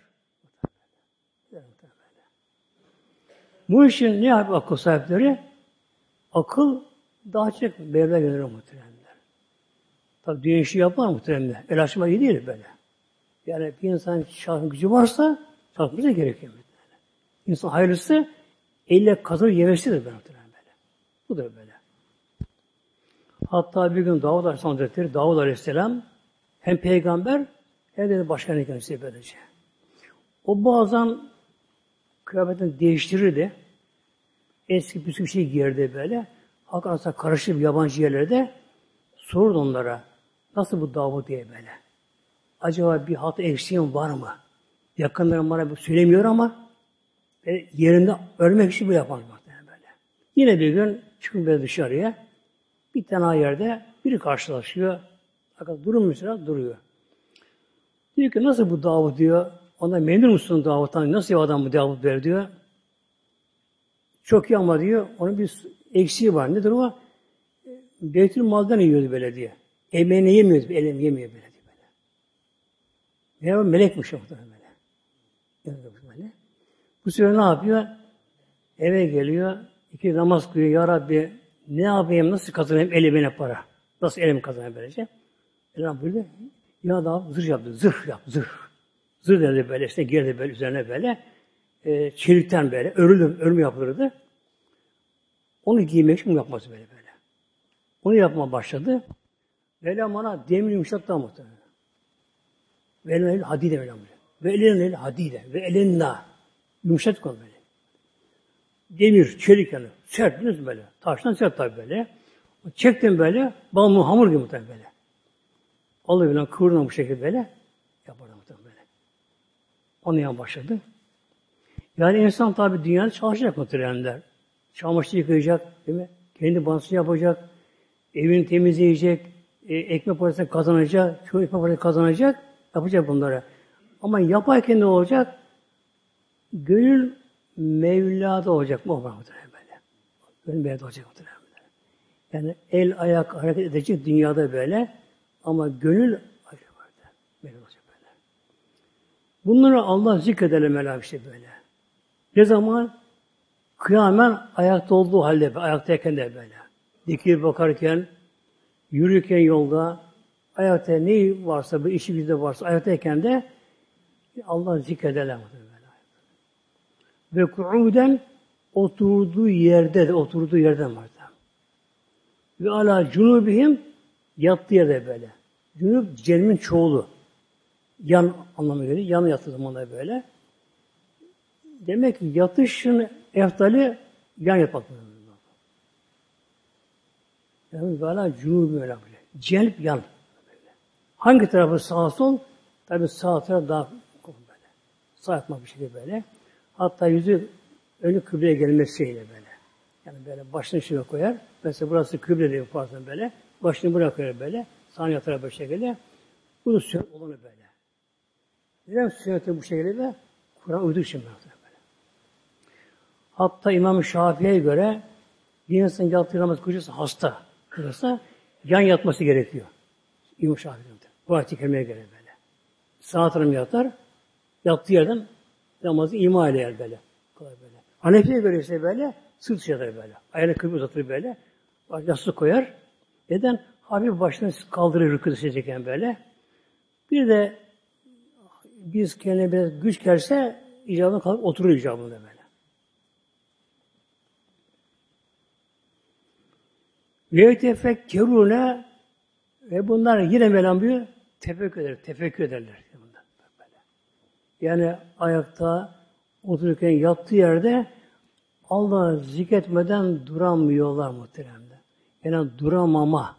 A: Bu işin ne yapıyor akıl sahipleri? Akıl daha çok Mevla gönderir muhtemelen. Tabi dünya işi yapar muhtemelen. El açma iyi değil böyle. Yani bir insan çalışma gücü varsa çalışması gerekiyor muhtemelen. İnsan hayırlısı elle kazanıp yemesidir böyle. Bu da böyle. Hatta bir gün Davud Aleyhisselam Hazretleri, Davud Aleyhisselam hem peygamber hem de başkan kendisi böylece. O bazen kıyafetini değiştirirdi. Eski bir şey giyerdi böyle. Halk arasında karışık yabancı yerlerde sorurdu onlara. Nasıl bu Davud diye böyle. Acaba bir hata eksiğim var mı? Yakınlarım bana söylemiyor ama yerinde ölmek için bu yapar böyle. Yine bir gün çıkın böyle dışarıya. Bir tane yerde biri karşılaşıyor. Fakat durun mesela duruyor. Diyor ki nasıl bu Davud diyor. Ona memnun musun Davud'dan? Nasıl bir adam bu Davud der diyor. Çok iyi ama diyor. Onun bir eksiği var. Nedir o? Beytül maldan yiyordu böyle diye. Emeğini yemiyordu. Elim yemiyor böyle diye. Meğer melekmiş o böyle. Bu sefer ne yapıyor? Eve geliyor. 2 namaz kılıyor. Ya Rabbi ne yapayım? Nasıl kazanayım elimine para? Nasıl elimi kazanayım böylece? Elham buyurdu. Ya da zırh yaptı. Zırh yaptı. Zırh dedi böyle işte girdi böyle üzerine böyle. Çelikten böyle örüm yapılırdı. Onu giymek için yapması böyle. Onu yapmaya başladı. Mevlam bana demir yumuşattı muhtemelen. Ve elin hadide Mevlam böyle. Ve elin hadide. Ve elinna. Yumuşat konu böyle. Demir, çelik yani. Sert biliyorsun böyle. Taştan sert tabi böyle. Çektim böyle. Balmı hamur gibi muhtemelen böyle. Allah bilen kıvırına bu şekilde böyle. Yapardı muhtemelen böyle. Onu yan başladı. Yani insan tabi dünyada çalışacak muhtemelenler. Çamaşır yıkayacak, değil mi? Kendi banısını yapacak, evini temizleyecek, ekmek parasını kazanacak, çoğu ekmek parasını kazanacak, yapacak bunları. Ama yaparken ne olacak? Gönül Mevla'da olacak mı? Böyle. Gönül Mevla'da olacak muhtemelen. Yani el, ayak hareket edecek dünyada böyle ama gönül Mevla olacak böyle. Bunları Allah zikrederler Mevla işte böyle. Ne zaman? Kıyamen ayakta olduğu halde, ayaktayken de böyle. Dikilip bakarken, yürürken yolda, ayakta ne varsa, bir işi bizde varsa, ayaktayken de Allah zikrederler. Ve ku'uden oturduğu yerden var. Ve ala cunubihim yattığı yerde böyle. Cunub, cennin çoğulu. Yan anlamı geliyor. Yan yattığı zamanlar böyle. Demek ki yatışın eftali Yan yatmak. Yani böyle cunub böyle. Celp yan. Hangi tarafı sağ sol? Tabi sağ taraf daha böyle. Sağ yatmak bir şekilde böyle. Hatta yüzü önü kıbleye gelmesiyle böyle. Yani böyle başını şuraya koyar. Mesela burası kıble diye yaparsın böyle. Başını buraya koyar böyle. Sağ yatarak böyle şekilde. Bunu sünnet olanı böyle. Neden sünneti bu şekilde de? Kur'an uyduğu için böyle. Hatta İmam-ı Şafii'ye göre bir insan yattığı namaz kocası hasta. Kocası yan yatması gerekiyor. İmam-ı Şafii'de. Bu ayet-i kerimeye göre böyle. Sağ tarafına yatar. Yattığı yerden namazı ima eder böyle. Kolay böyle. Hanefi'ye göre ise böyle sırt yatar böyle. Ayağını kıbrı uzatır böyle. Yastık koyar. Neden? Hafif başını kaldırır rükûda secdeyken böyle. Bir de biz kendine biraz güç gelse icabına kalıp oturur icabında böyle. Ve tefekkerûne ve bunlar yine Mevlam buyuruyor, tefekkür ederler. Bunlar. Böyle. Yani ayakta otururken yattığı yerde Allah'ı zikretmeden duramıyorlar muhteremde. Yani duramama.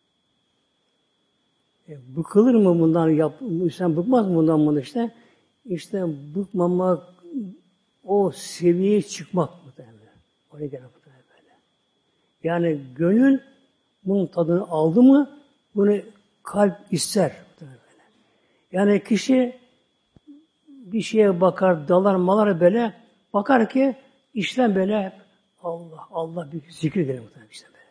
A: Bıkılır mı bundan? Sen bıkmaz mı bundan işte? İşte bıkmamak, o seviyeye çıkmak muhtemelen. Oraya gelen muhtemelen böyle. Yani gönül bunun tadını aldı mı, bunu kalp ister muhtemelen böyle. Yani kişi bir şeye bakar, dalar malar böyle, bakar ki işten böyle Allah, Allah bir zikir gelir muhtemelen işte böyle.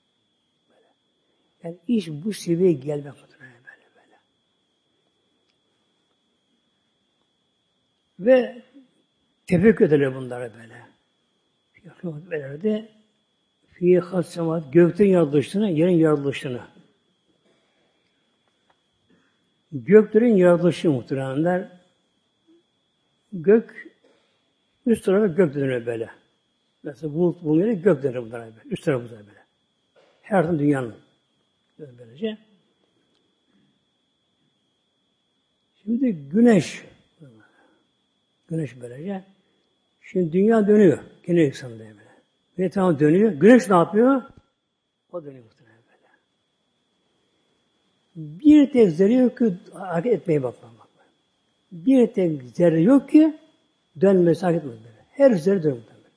A: Yani iş bu seviyeye gelmek muhtemelen böyle. Ve tefekkür ederler bunlara böyle. Belirdi. Fiye hassemat, gökten yaratılışını, yerin yaratılışını. Göklerin yaratılışı muhtemelenler. Gök, üst tarafı gök denir böyle. Mesela bulut bulunuyor, gök denir bunlara böyle. Üst tarafı böyle. Her tarafı dünyanın. Böylece. Şimdi güneş. Güneş böylece. Şimdi dünya dönüyor. Kendi ekseninde böyle. Ve tamam dönüyor. Güneş ne yapıyor? O dönüyor muhtemelen böyle. Bir tek zerre yok ki hareket etmeye bakmak. Bir tek zerre yok ki dönmesi hareket etmez böyle. Her zerre dönüyor muhtemelen.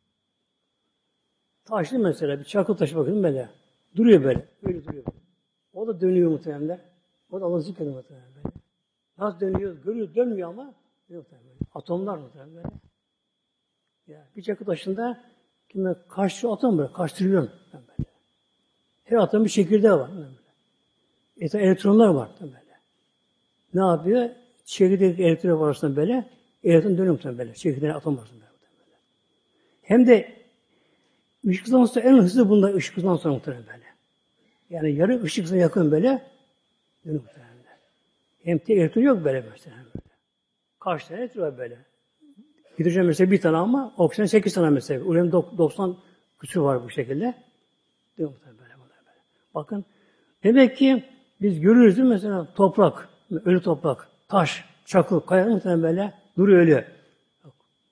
A: Taşlı mesela bir çakıl taşı bakın böyle. Duruyor böyle. Böyle duruyor. O da dönüyor muhtemelen. O da Allah'ın zikrediyor muhtemelen böyle. Nasıl dönüyor? Görüyor, dönmüyor ama muhtemelen böyle. Atomlar muhtemelen böyle. Ya, bir çakıl taşında kime kaç atom böyle, kaç trilyon böyle. Her atomun bir çekirdeği var böyle. Elektronlar var böyle. Ne yapıyor? Çekirdek elektron arasında böyle, elektron dönüyor böyle. Çekirdek atom arasında böyle. Hem de ışık hızından sonra en hızlı bunda ışık hızından sonra muhtemelen böyle. Yani yarı ışık hızına yakın böyle dönüyor muhtemelen. Hem de elektron yok böyle mesela. Kaç tane elektron var böyle. Hidrojen mesela bir tane ama oksijen 8 tane mesela. Uranyum 90 küsur var bu şekilde. Diyor muhtemelen böyle. Bakın. Demek ki biz görürüz değil mi mesela toprak, ölü toprak, taş, çakıl, kaya muhtemelen böyle duruyor ölü. Yok.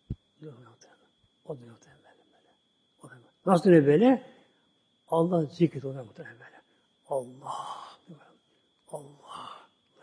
A: O diyor muhtemelen böyle. Nasıl diyor böyle? Allah zikret oluyor muhtemelen böyle. Allah. Allah.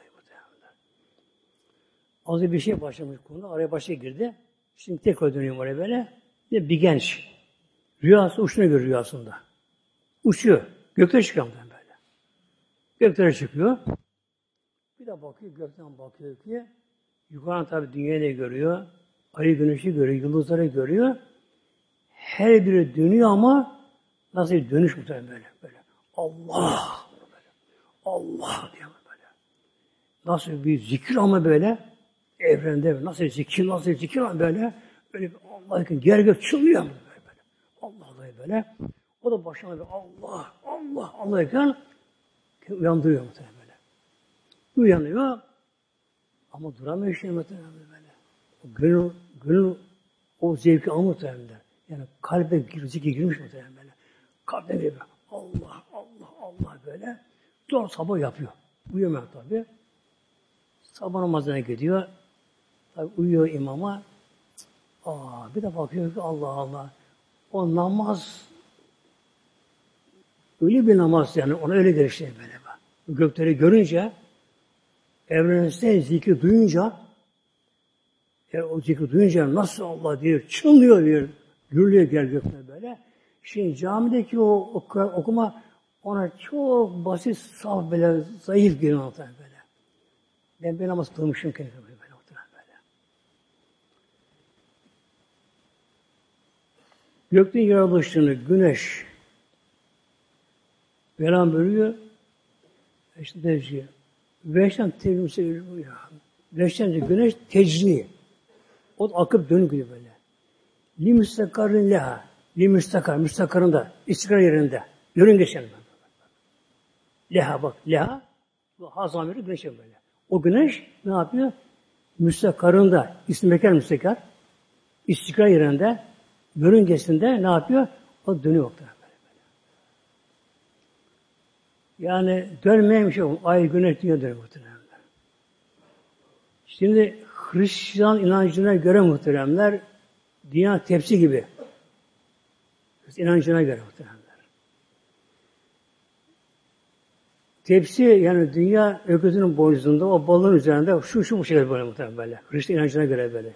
A: Az bir şey başlamış konu. Araya başa girdi. Şimdi tekrar dönüyorum oraya böyle. Bir genç. Rüyası uçtuğunu görüyor rüyasında. Uçuyor. Göklere çıkıyor böyle. Göklere çıkıyor. Bir de bakıyor, gökten bakıyor ki yukarıdan tabi dünyayı da görüyor. Ayı güneşi görüyor, yıldızları görüyor. Her biri dönüyor ama nasıl bir dönüş muhtemelen böyle. Allah! Böyle. Allah diyor böyle. Nasıl bir zikir ama böyle evrende nasıl bir zikir ama böyle Allah'a yer gök çınlıyor böyle. Allah böyle. O da başına böyle Allah, Allah, Allah'ken uyandırıyor muhtemelen böyle. Uyanıyor ama duramıyor işte muhtemelen böyle. Gönül o zevki alır muhtemelen. Yani kalbe zikir girmiş muhtemelen böyle. Kalbe böyle Allah, Allah, Allah böyle. Sonra sabah yapıyor. Uyumuyor tabi. Sabah namazına gidiyor. Tabi uyuyor imama. Bir de bakıyor ki Allah Allah. O namaz öyle bir namaz yani ona öyle gelir işte böyle. Gökleri görünce evrensel zikri duyunca o zikri duyunca nasıl Allah diyor, çınlıyor diyor. Gürlüyor gel gökler böyle. Şimdi camideki o okuma ona çok basit, saf böyle, zayıf geliyor böyle. Ben bir namaz kılmışım ki böyle. Gökten yaratılışını güneş veren bölüyor. İşte derece. Güneşten tecrübesi bu ya. Güneşten de güneş tecri. O da akıp dönüyor böyle. Li müstakarın leha. Li müstakar, müstakarında, istikrar yerinde. Yörüngeçen. Leha bak, leha. Bu hazamiri güneşe böyle. O güneş ne yapıyor? Müstakarında, ismi mekan müstakar. İstikrar yerinde, yörüngesinde ne yapıyor? O dönüyor böyle. Yani dönmeyen bir şey oldu. Ay, güneş dünya dönüyor muhteremler. Şimdi Hristiyan inancına göre muhteremler dünya tepsi gibi. İnancına göre muhteremler. Tepsi yani dünya öküzünün boynuzunda o balığın üzerinde şu bu şeyler böyle muhterem böyle. Hristiyan inancına göre böyle.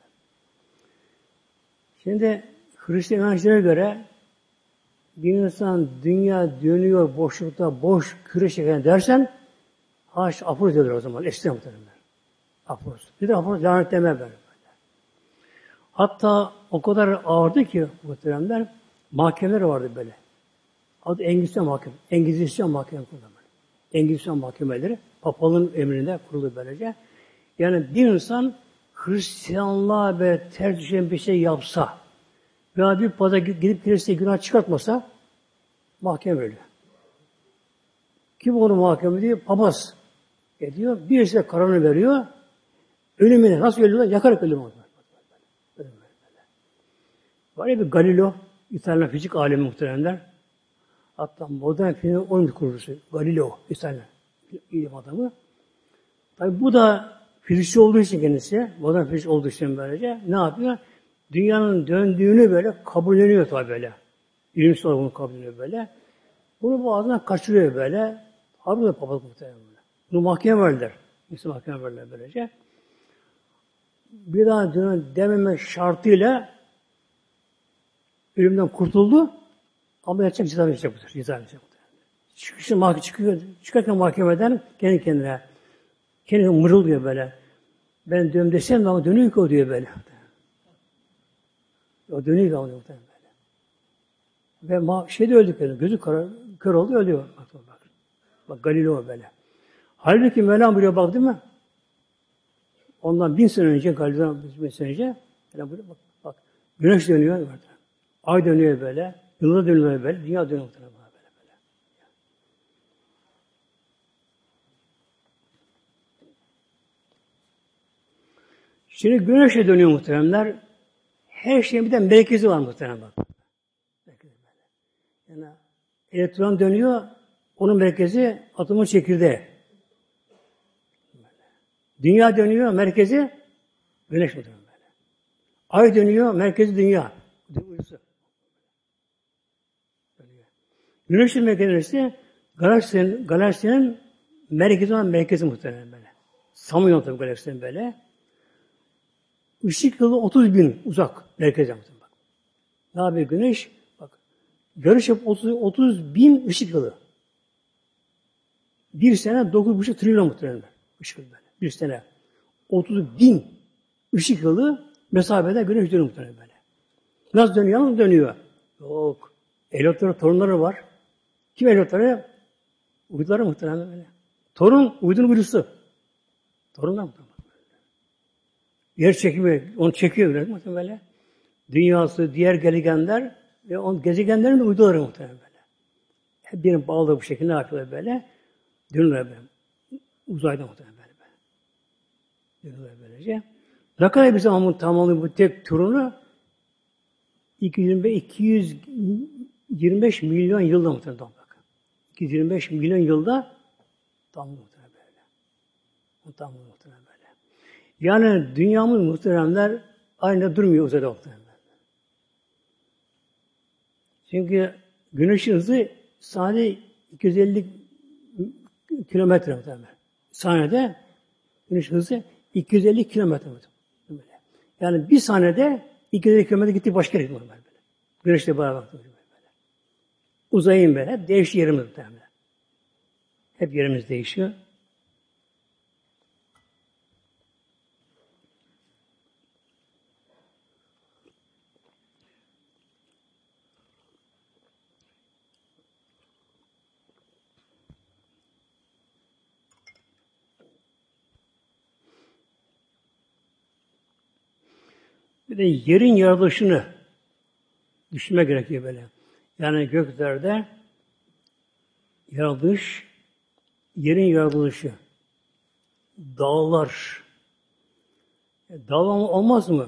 A: Şimdi Hristiyan inancına göre bir insan dünya dönüyor boşlukta boş küre şeklinde dersen aforoz diyorlar o zaman. Eskiden muhteremler. Aforoz. Bir de aforoz lanetleme böyle. Hatta o kadar ağırdı ki muhteremler mahkemeler vardı böyle. Adı Engizisyon mahkeme. Engizisyon mahkeme kurulu. Engizisyon mahkemeleri papalın emrinde kuruldu böylece. Yani bir insan Hristiyanlığa ve ters düşen bir şey yapsa veya bir pazar gidip kilise günah çıkartmasa mahkeme veriyor. Kim onu mahkeme diyor? Papaz ediyor. Birisi de kararını veriyor. Ölümüne nasıl ölüyorlar? Yakarak ölüm oluyor. Var ya bir Galileo, İtalyan fizik alemi muhteremler. Hatta modern fiziğin 12 kurucusu Galileo, İtalyan ilim adamı. Tabi bu da fizikçi olduğu için kendisi, modern fizik olduğu için böylece ne yapıyor? Dünyanın döndüğünü böyle kabulleniyor tabi böyle. İlimsel olarak bunu kabulleniyor böyle. Bunu bu ağzından kaçırıyor böyle. Harbi de papalık muhtemelen böyle. Bunu mahkeme verdiler. İnsan mahkeme verdiler böylece. Bir daha dönem dememe şartıyla ölümden kurtuldu. Ama yatacak ceza verecek budur. Ceza verecek budur. Çıkarken mahkemeden kendi kendine mırıldıyor böyle. Ben dönüm desem ama dönüyor ki o diyor böyle. O dönüyor ki o diyor böyle. Ve şeyde öldük böyle. Gözü kör oldu ölüyor. Bak Galileo böyle. Halbuki Mevlam buraya bak değil mi? Ondan 1000 sene önce Galileo'dan 1000 sene önce bak güneş dönüyor. Ay dönüyor böyle. Yıldız dönüyor böyle. Dünya dönüyor böyle. Şimdi güneşe dönüyor muhteremler. Her şeyin bir de merkezi var muhterem bak. Yani elektron dönüyor. Onun merkezi atomun çekirdeği. Dünya dönüyor. Merkezi güneş muhterem böyle. Ay dönüyor. Merkezi dünya. Uyusu. Güneşin merkezi galaksinin merkezi olan merkezi muhtemelen böyle. Samyon tabi galaksinin böyle. Işık yılı 30.000 uzak merkeze muhtemelen bak. Ne yapıyor güneş? Bak. Görüş yap 30.000 ışık yılı. Bir sene 9,5 trilyon muhtemelen ışık yılı böyle. Bir sene 30.000 ışık yılı mesafede güneş dönüyor muhtemelen böyle. Nasıl dönüyor? Nasıl dönüyor? Yok. Evlatları, torunları var. Kim evlatları? Uyduları muhtemelen böyle. Torun, uydunun uydusu. Torunlar muhtemelen. Yer çekimi, onu çekiyor muhtemelen böyle. Dünyası, diğer gezegenler ve on gezegenlerin de uyduları muhtemelen böyle. Hep birinin bağlı bu şekilde ne yapıyorlar böyle? Dönüyorlar böyle. Uzayda muhtemelen böyle. Dönüyorlar böylece. Ne kadar bir zaman tamamlıyor bu tek turunu? 225 milyon yılda muhtemelen bak. 225 milyon yılda tamamlıyor muhtemelen böyle. Tamamlıyor muhtemelen böyle. Yani dünyamız muhteremler aynı durmuyor uzayda muhtemelen. Çünkü güneşin hızı saniyede 250 kilometre muhtemelen. Saniyede güneş hızı 250 kilometre muhtemelen. Yani bir saniyede 250 kilometre gitti başka yere normal böyle. Güneşle beraber böyle. Uzayın böyle. Hep değişiyor yerimiz muhtemelen. Hep yerimiz değişiyor. Bir de yerin yaratılışını düşünmek gerekiyor böyle. Yani göklerde yaratılış, yerin yaratılışı, dağlar, dağ olmaz mı?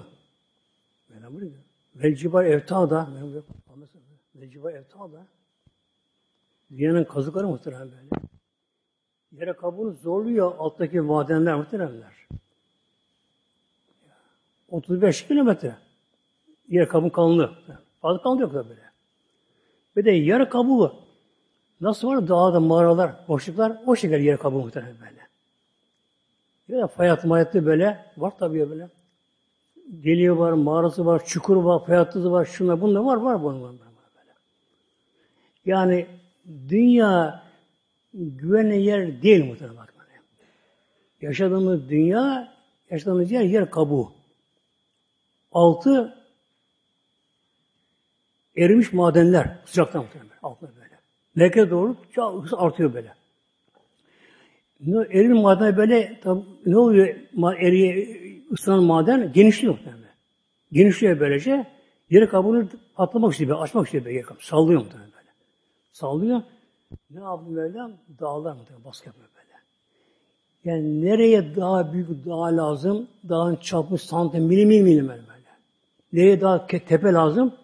A: Vel cibar evtada, vel cibar evtada, dünyanın kazıkları muhtemelen böyle. Yere kabuğunu zorluyor alttaki madenler muhtemelenler. 35 kilometre. Yer kabuğun kalınlığı. Fazla kalınlığı yok da böyle. Bir de yer kabuğu nasıl var? Dağda mağaralar, boşluklar o şekilde yer kabuğu muhtemelen böyle. Ya da fay hattı mayatlı böyle var tabii böyle. Deliği var, mağarası var, çukuru var, fay hattısı var, şunlar bunlar var bunlar böyle. Yani dünya güvenli yer değil muhtemelen bak böyle. Yaşadığımız dünya, yaşadığımız yer kabuğu. Altı erimiş madenler sıcaktan muhtemelen altına böyle. Merkeze doğru çok artıyor böyle. Erimiş maden böyle ne oluyor? Islanan maden genişliyor muhtemelen. Genişliyor böylece. Yeri kabuğunu patlamak istiyor, açmak istiyor böyle. Sallıyor muhtemelen böyle. Sallıyor. Ne yapıyor böyle? Dağlar muhtemelen baskı yapıyor böyle. Yani nereye daha büyük dağ lazım? Dağın çapı santim, milim böyle. Nereye daha tepe lazım?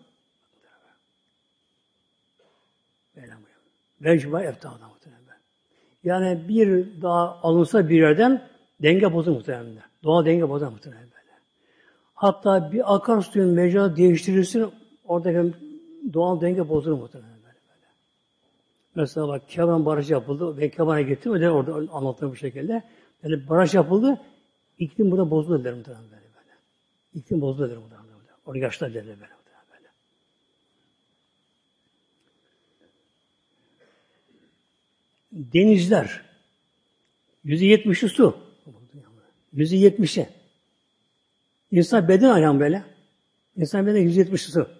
A: Böyle buyuruyor. Vecba eftada muhtemelen. Yani bir dağ alınsa bir yerden denge bozulur muhtemelen. Doğal denge bozulur muhtemelen böyle. Hatta bir akarsuyun mecra değiştirirsin, oradaki doğal denge bozulur muhtemelen böyle. Mesela bak Keban Barajı yapıldı. Ben Keban'a gittim. Öyle orada anlattığım bu şekilde. Yani baraj yapıldı. İklim burada bozuldu derim muhtemelen böyle. İklim bozuldu derim muhtemelen. Orada yaşlar derler böyle. Denizler. %70'i su. %70'i. İnsan beden ayağım böyle. İnsan beden %70'i su.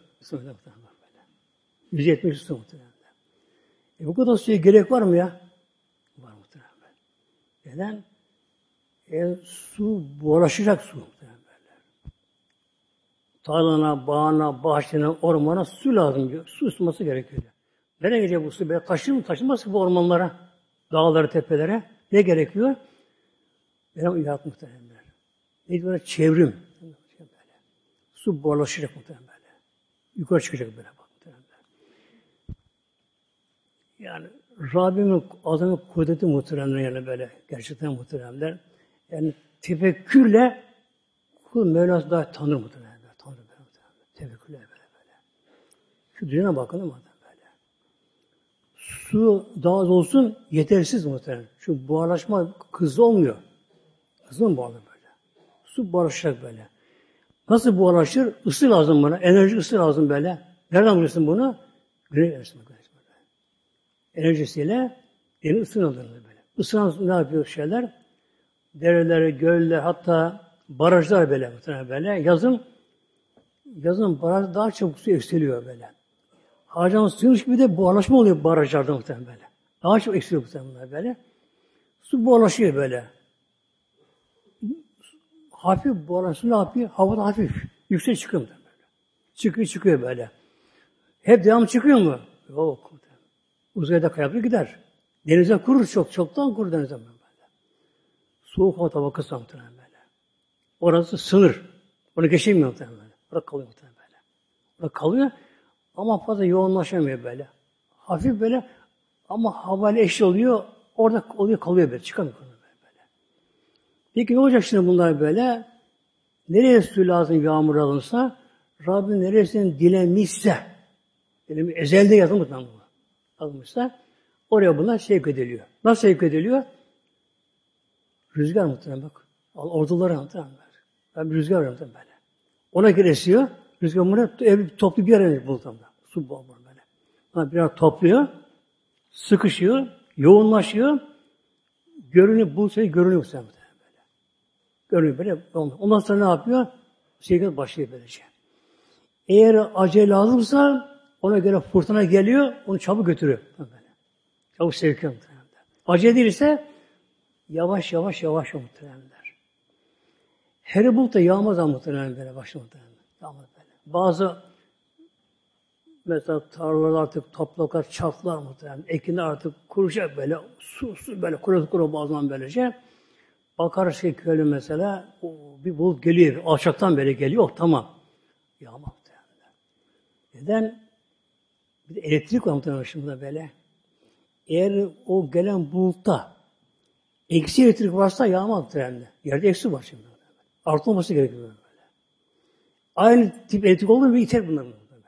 A: %70'i su muhtemelen. Bu kadar suya gerek var mı ya? Var muhtemelen. Neden? Su bulaşacak su muhtemelen böyle. Tarlana, bağına, bahçene, ormana su lazım diyor. Su ısınması gerekiyor. Nereye gidecek bu su? Böyle taşınmaz ki bu ormanlara, dağlara, tepelere. Ne gerekiyor? Benim ilahat muhtemelen. Ne diyorlar? Çevrim. Su bulaşacak muhtemelen böyle. Yukarı çıkacak böyle bak muhtemelen. Yani Rabbimin azami kudreti muhteremler yani böyle. Gerçekten muhteremler. Yani tefekkürle kul Mevlası daha tanır muhteremler. Tanır böyle muhteremler. Tefekkürle böyle. Şu dünyana bakın ama böyle. Su daha az olsun yetersiz muhterem. Şu buharlaşma hızlı olmuyor. Hızlı mı buharlaşır böyle? Su buharlaşacak böyle. Nasıl buharlaşır? Isı lazım buna. Enerji ısı lazım böyle. Nereden buluyorsun bunu? Güneş enerjisi. Enerjisiyle deniz ısınılır böyle. Isınan ne yapıyor şeyler? Dereler, göller, hatta barajlar böyle. Yazın baraj daha çabuk su eksiliyor böyle. Harcanan suymuş gibi de buharlaşma oluyor barajlarda muhtemelen böyle. Daha çok eksiliyor muhtemelen böyle. Su buharlaşıyor böyle. Hafif buharlaşma ne yapıyor? Havada hafif. Yüksek çıkıyor muhtemelen böyle. Çıkıyor böyle. Hep devam çıkıyor mu? Yok. Uzayda kayabilir gider. Denize kurur çoktan kurur denize böyle. Soğuk hava tabakası muhtemelen böyle. Orası sınır. Onu geçemiyor muhtemelen böyle. Orada kalıyor muhtemelen böyle. Orada kalıyor ama fazla yoğunlaşamıyor böyle. Hafif böyle ama havayla eşit oluyor. Orada oluyor kalıyor böyle. Çıkamıyor böyle. Peki ne olacak şimdi bunlar böyle? Nereye su lazım yağmur alınsa? Rabbim neresini dilemişse Yani ezelde yazılmış lan bu. Yazılmışsa oraya bunlar sevk ediliyor. Nasıl sevk ediliyor? Rüzgar muhtemelen bak. Orduları muhtemelen. Ben bir rüzgar yaptım böyle. Ona göre esiyor. Rüzgar bunu toplu bir yere bulduğumda. Su bu böyle. Ha, biraz topluyor. Sıkışıyor. Yoğunlaşıyor. Görünüyor. Bu şey görünüyor muhtemelen böyle. Görünüyor böyle. Ondan sonra ne yapıyor? Sevkiyat başlıyor böylece. Eğer acele lazımsa ona göre fırtına geliyor. Onu çabuk götürüyor. Böyle. Çabuk sevkiyat muhtemelen. Acele değilse yavaş muhtemelenler. Her bulut da yağmaz ama muhtemelen böyle başına muhtemelen. Yağmaz böyle. Bazı mesela tarlalar artık topraklar çatlar muhtemelen. Ekinler artık kuracak böyle. Su böyle kuru bazen böylece. Bakarız ki köylü mesela bir bulut geliyor. Alçaktan böyle geliyor. Oh, tamam. Yağmaz muhtemelen. Neden? Bir de elektrik var muhtemelen şimdi böyle. Eğer o gelen bulutta eksi elektrik varsa yağmaz muhtemelen. Yerde eksi var şimdi. Artı olması gerekiyor böyle. Aynı tip elektrik olur mu iter bunlar.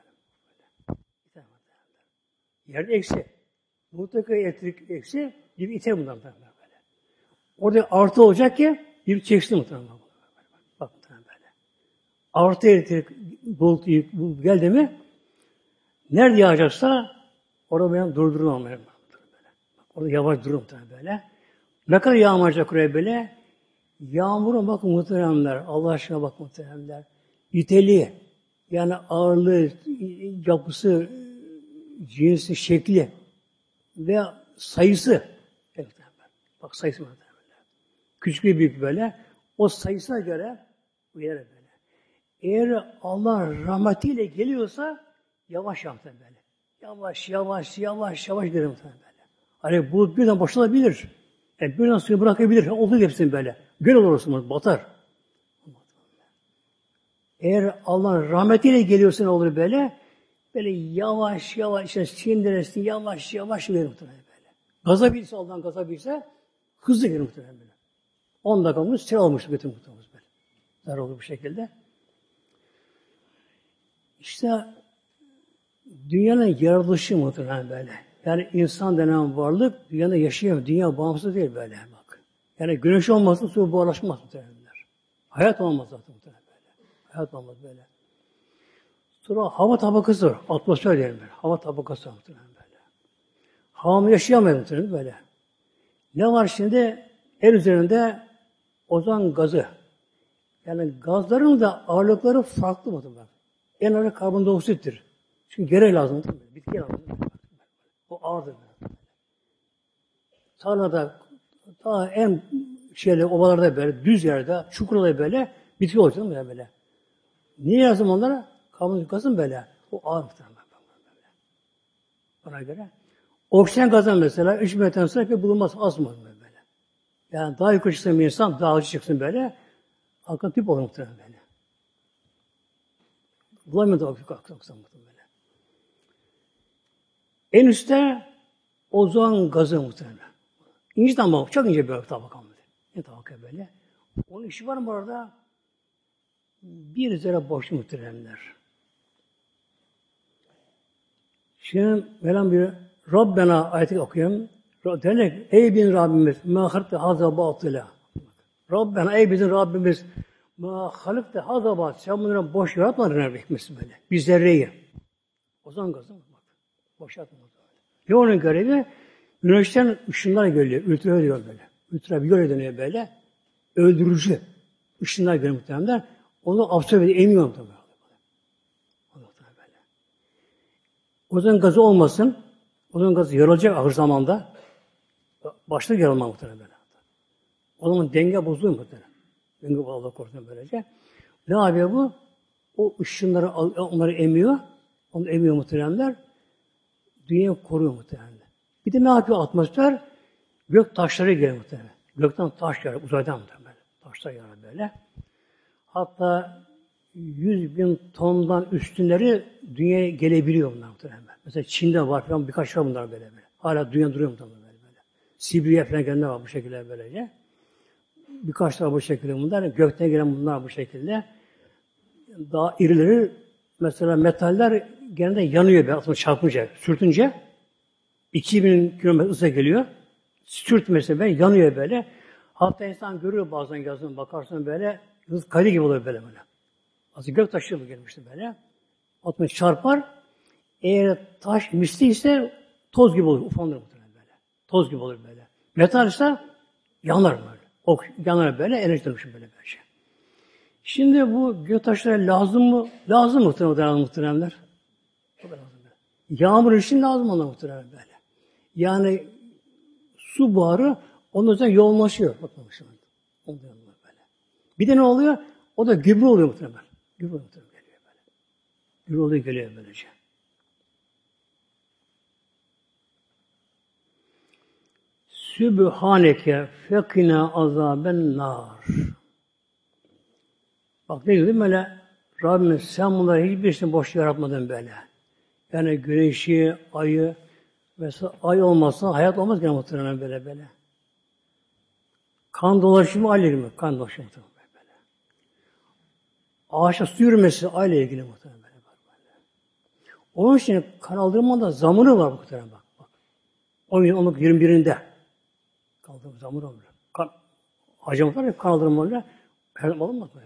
A: Yerde eksi. Mutlaka elektrik eksi gibi iter bunlar böyle. Orada artı olacak ki bir çeksin muhtemelen. Bak muhtemelen böyle. Artı elektrik bulut geldi mi nerede yağacaksa orada ben durdurmam böyle. Orada yavaş durur muhtemelen böyle. Ne kadar yağmayacak oraya böyle? Yağmurun bakın muhteremler, Allah aşkına bak muhteremler. Niteliği, yani ağırlığı, yapısı, cinsi, şekli ve sayısı. Evet, bak sayısı muhteremler. Küçük bir büyük böyle. O sayısına göre uyarı böyle. Eğer Allah rahmetiyle geliyorsa yavaş muhterem böyle. Yavaş gelir muhterem böyle. Hani bu birden boşalabilir. Yani birden suyu bırakabilir. Olur hepsini böyle. Göl olursun, batar. Eğer Allah'ın rahmetiyle geliyorsa ne olur böyle? Böyle yavaş işte sindirirsin, yavaş verir muhtemelen böyle. Gaza bilse Allah'ın gaza bilse hızlı gelir muhtemelen böyle. 10 dakikamız sıra olmuştu bütün muhtemelen böyle. Zar olur bu şekilde. İşte dünyanın yaratılışı muhtemelen böyle. Yani insan denen varlık dünyada yaşayamıyor. Dünya bağımsız değil böyle bak. Yani güneş olmazsa su buharlaşmaz muhtemelenler. Hayat olmaz zaten muhtemelen böyle. Hayat olmaz böyle. Sonra hava tabakası var. Atmosfer diyelim böyle. Hava tabakası var muhtemelen böyle. Havamı yaşayamıyor muhtemelen böyle. Ne var şimdi? En üzerinde ozon gazı. Yani gazların da ağırlıkları farklı muhtemelen. En ağır karbondioksittir. Çünkü gereği lazım. Bitki lazım. O ağırdır. Tarlada ta en ovalarda böyle, düz yerde, çukurlarda böyle bitki olacak böyle. Niye lazım onlara? Karbondioksit gazın böyle. O ağır muhtemelen. Buna göre. Oksijen gazı mesela 3 metreden sonra pek bulunmaz. Az mı böyle? Yani daha yukarı çıksın bir insan, daha acı çıksın böyle. Halka tip olur muhtemelen böyle. Bulamıyor da oksijen muhtemelen. En üstte ozon gazı muhtemelen. İnce tabaka, çok ince bir tabaka. Ne tabaka böyle. Onun işi var mı orada? Bir üzere boşluk muhteremler. Şimdi Mevlam bir Rabbena ayeti okuyorum. Derler ey bin Rabbimiz ma halkte haza batıla. Rabbena ey bizim Rabbimiz ma halkte haza batıla. Sen bunları boş yaratmadın herhalde böyle. Bir zerreyi. Ozon gazı bak. Boş yaratmadın. Ne onun görevi? Güneşten ışınlar geliyor. Ultraviyole böyle. Ultraviyole dönüyor böyle. Öldürücü ışınlar geliyor muhtemelen. Onu absorbe ediyor. Emiyor muhtemelen. Ozon gazı olmasın. Ozon gazı yarılacak ahir zamanda. Başta yarılma muhtemelen böyle. O zaman denge bozuluyor muhtemelen. Denge Allah korusun böylece. Ne yapıyor bu? O ışınları onları emiyor. Onu emiyor muhtemelenler. Dünyayı koruyor muhtemelen. Bir de ne yapıyor atmosfer? Gök taşları geliyor muhtemelen. Gökten taş geliyor. Uzaydan muhtemelen. Taşlar geliyor böyle. Hatta 100.000 tondan üstünleri dünyaya gelebiliyor bunlar muhtemelen. Mesela Çin'de var falan birkaç var bunlar böyle. Hala dünya duruyor muhtemelen böyle. Sibirya falan gelenler var bu şekilde böylece. Birkaç tane bu şekilde bunlar. Gökten gelen bunlar bu şekilde. Daha irileri mesela metaller genelde yanıyor be, atımı çarpınca, sürtünce 2000 kilometre hıza geliyor. Sürtmesi böyle yanıyor böyle. Hatta insan görüyor bazen yazın bakarsın böyle hız kaydı gibi oluyor böyle. Aslında gök taşı gibi gelmişti böyle. Atımı çarpar. Eğer taş misli ise toz gibi olur. Ufandır muhtemelen böyle. Toz gibi olur böyle. Metal ise yanar böyle. Ok yanar böyle. Enerji dönüşüm böyle bir şey. Şimdi bu gök taşları lazım mı? Lazım muhteremler. O da lazım. Yağmur için lazım ona muhtemelen böyle. Yani su buharı onun üzerine yoğunlaşıyor. Bakın şu anda. Ondan böyle. Bir de ne oluyor? O da gübre oluyor muhtemelen. Gübre muhtemelen geliyor böyle. Gübre oluyor geliyor böylece. Sübhaneke fekina azaben nar. Bak ne dedim böyle, Rabbimiz sen bunları hiçbirisini boş yaratmadın böyle. Yani güneşi, ayı, mesela ay olmazsa hayat olmaz gene muhtemelen böyle. Kan dolaşımı ayla ilgili, kan dolaşımı böyle. Ağaçta su yürümesi ayla ilgili muhtemelen böyle. Onun için kan aldırmada zamanı var muhtemelen bak. 10-21'inde kaldırma zamanı var. Kan, hacım var ya kan aldırmalarla her zaman olmaz böyle.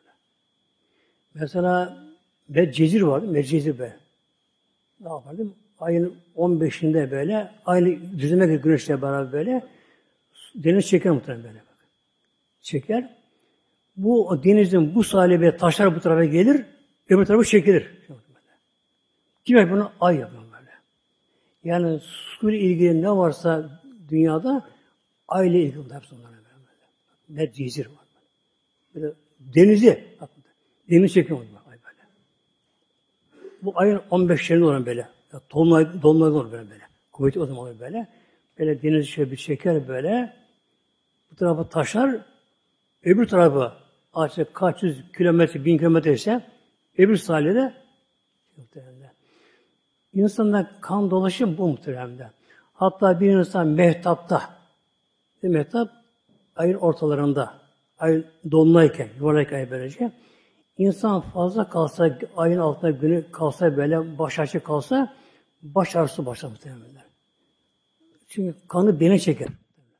A: Mesela Medcezir vardı, Medcezir be. Ne yapardım? Ayın 15'inde böyle, aynı düzleme güneşle beraber böyle, deniz çeker muhtemelen böyle. Çeker. Bu o denizin bu salibe taşlar bu tarafa gelir, öbür tarafa çekilir. Kim yapıyor bunu? Ay yapıyor böyle. Yani suyla ilgili ne varsa dünyada ayla ilgili hepsi onlara böyle. Medcezir var. Böyle denizi, deniz çekiyor ay böyle. Bu ayın 15'lerinde olan böyle. Dolunay olur böyle. Kuvveti o zaman olur böyle. Böyle deniz şöyle bir çeker böyle. Bu tarafa taşar. Öbür tarafı artık kaç yüz kilometre, 1000 kilometre ise öbür sahilde muhtemelen. İnsanda kan dolaşım bu muhtemelen. Hatta bir insan mehtapta, mehtap ayın ortalarında, ay dolunayken, yuvarlayken ay böylece, İnsan fazla kalsa, ayın altında günü kalsa böyle, baş açık kalsa, baş ağrısı başlar muhtemelen. Çünkü kanı beni çeker.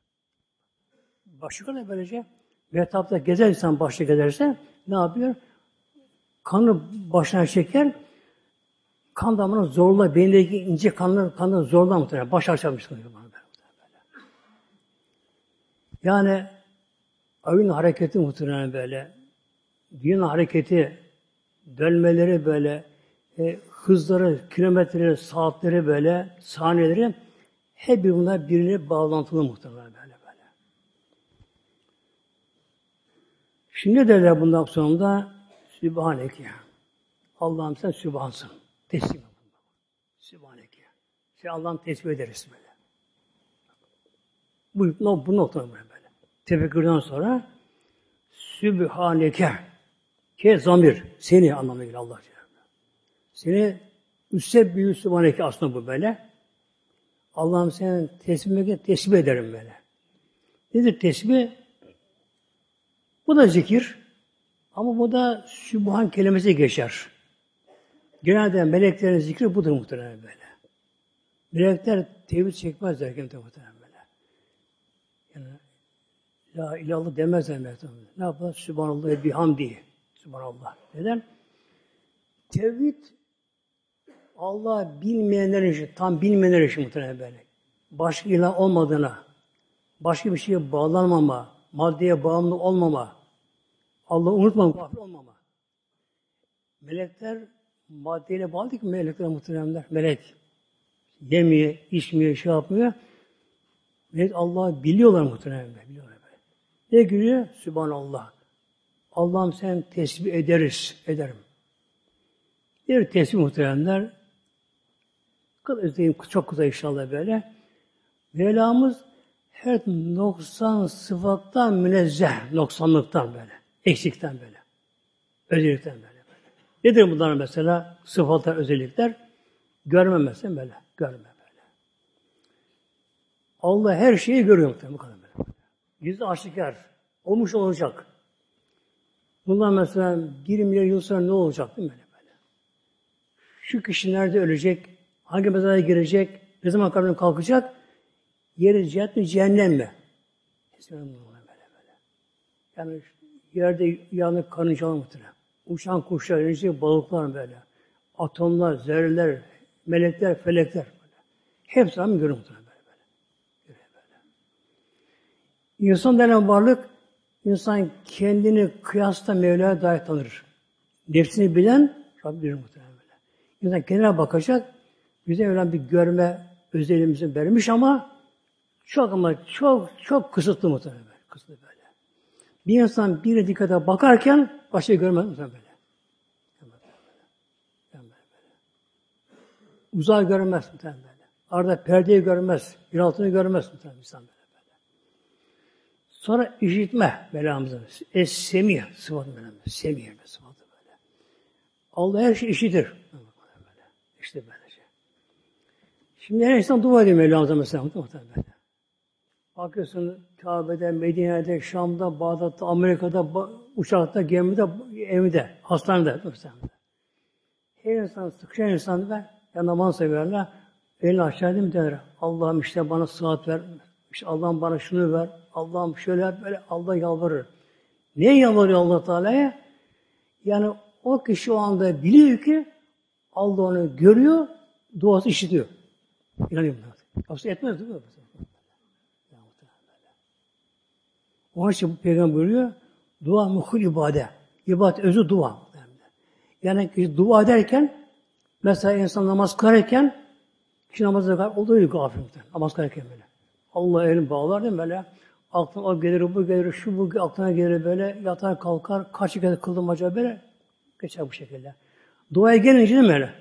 A: Başı kadar böylece, mehtapta gezer insan başta gezerse, ne yapıyor? Kanı başına çeker, kan damarını zorla, beyindeki ince kanı zorla muhtemelen. Baş açarmış. Yani, ayın hareketi muhtemelen böyle, dünyanın hareketi, dönmeleri böyle, hızları, kilometreleri, saatleri böyle, saniyeleri hep bunlar birbirine bağlantılı muhtemelen böyle. Şimdi ne derler bundan sonunda? Sübhaneke. Allah'ım sen Sübhansın. Teslim ol. Sübhaneke. Sen Allah'ım tesbih ederiz böyle. Bu noktada böyle. Tefekkürden sonra Sübhaneke. Ke zamir. Seni anlamına geliyor Allah diyor. Seni üssebbihü Sübhaneke aslında bu böyle. Allah'ım sen tesbih ederim böyle. Nedir tesbih? Bu da zikir. Ama bu da Sübhan kelimesi geçer. Genelde meleklerin zikri budur muhtemelen böyle. Melekler tevhid çekmezler muhtemelen böyle. Yani La ilallah demezler melekler. Ne yapar? Sübhanallah ve bihamdi. Sübhanallah. Neden? Tevhid Allah bilmeyenler için, tam bilmeyenler için muhtemelen böyle. Başka ilah olmadığına, başka bir şeye bağlanmama, maddeye bağımlı olmama, Allah'ı unutmama, gafil olmama. Melekler maddeyle bağlı değil ki melekler muhteremler. Melek yemiyor, içmiyor, şey yapmıyor. Melek Allah'ı biliyorlar muhteremler. Biliyorlar böyle. Ne gülüyor? Sübhanallah. Allah'ım sen tesbih ederim. Bir tesbih muhteremler. Çok kısa inşallah böyle. Mevlamız her noksan sıfattan münezzeh, noksanlıktan böyle, eksikten böyle, özellikten böyle. Nedir bunlar mesela? Sıfatlar, özellikler. Görmemezsen böyle, görme böyle. Allah her şeyi görüyor muhtemelen bu kadar böyle. Gizli aşikar, olmuş olacak. Bunlar mesela 1 milyar yıl sonra ne olacak değil mi böyle? şu kişi nerede ölecek, hangi mezara girecek, ne zaman kabrine kalkacak, yeri cennet mi, cehennem mi? Böyle. Yani yerde yanık karıncalar muhtemelen. Uçan kuşlar, inecek balıklar böyle. Atomlar, zerreler, melekler, felekler. Böyle. Hepsi ama görüyor muhtemelen böyle. İnsan denen varlık, insan kendini kıyasla Mevla'ya dair tanır. Nefsini bilen Rabbim bilir muhtemelen böyle. İnsan kendine bakacak, bize öyle bir görme özelliğimizi vermiş ama çok kısıtlı muhtemelen böyle. Kısıtlı böyle. Bir insan bir dikkate bakarken başka görmez muhtemelen böyle. Uzağı görmez muhtemelen böyle. Arada perdeyi görmez, yer altını görmez muhtemelen insan böyle. Sonra işitme belamızın. Es-semih sıfatı belamız. Semih sıfatı böyle. Allah her şeyi işitir. İşte böylece. Şimdi her insan dua ediyor Mevlamıza mesela. Muhtemelen böyle. Bakıyorsun Kabe'de, Medine'de, Şam'da, Bağdat'ta, Amerika'da, uçakta, gemide, evde, hastanede. Her insan, sıkışan insan da ya namaz severler. Elini aşağı edeyim der. Allah'ım işte bana sıhhat ver. İşte Allah'ım bana şunu ver. Allah'ım şöyle böyle Allah yalvarır. Neye yalvarıyor Allah Teala'ya? Yani o kişi o anda biliyor ki Allah onu görüyor, duası işitiyor. İnanıyor mu? Yoksa etmez değil mi? Onun için bu peygamber buyuruyor, dua muhul ibadet. İbadet özü dua. Yani dua ederken, mesela insan namaz kılarken, kişi namazda kılar, o da uyuyor gafil. Namaz kılarken böyle. Allah elini bağlar değil mi böyle? Aklına o gelir, bu gelir, şu bu aklına gelir böyle, yatar kalkar, kaç kere kıldım acaba böyle, geçer bu şekilde. Duaya gelince değil mi öyle?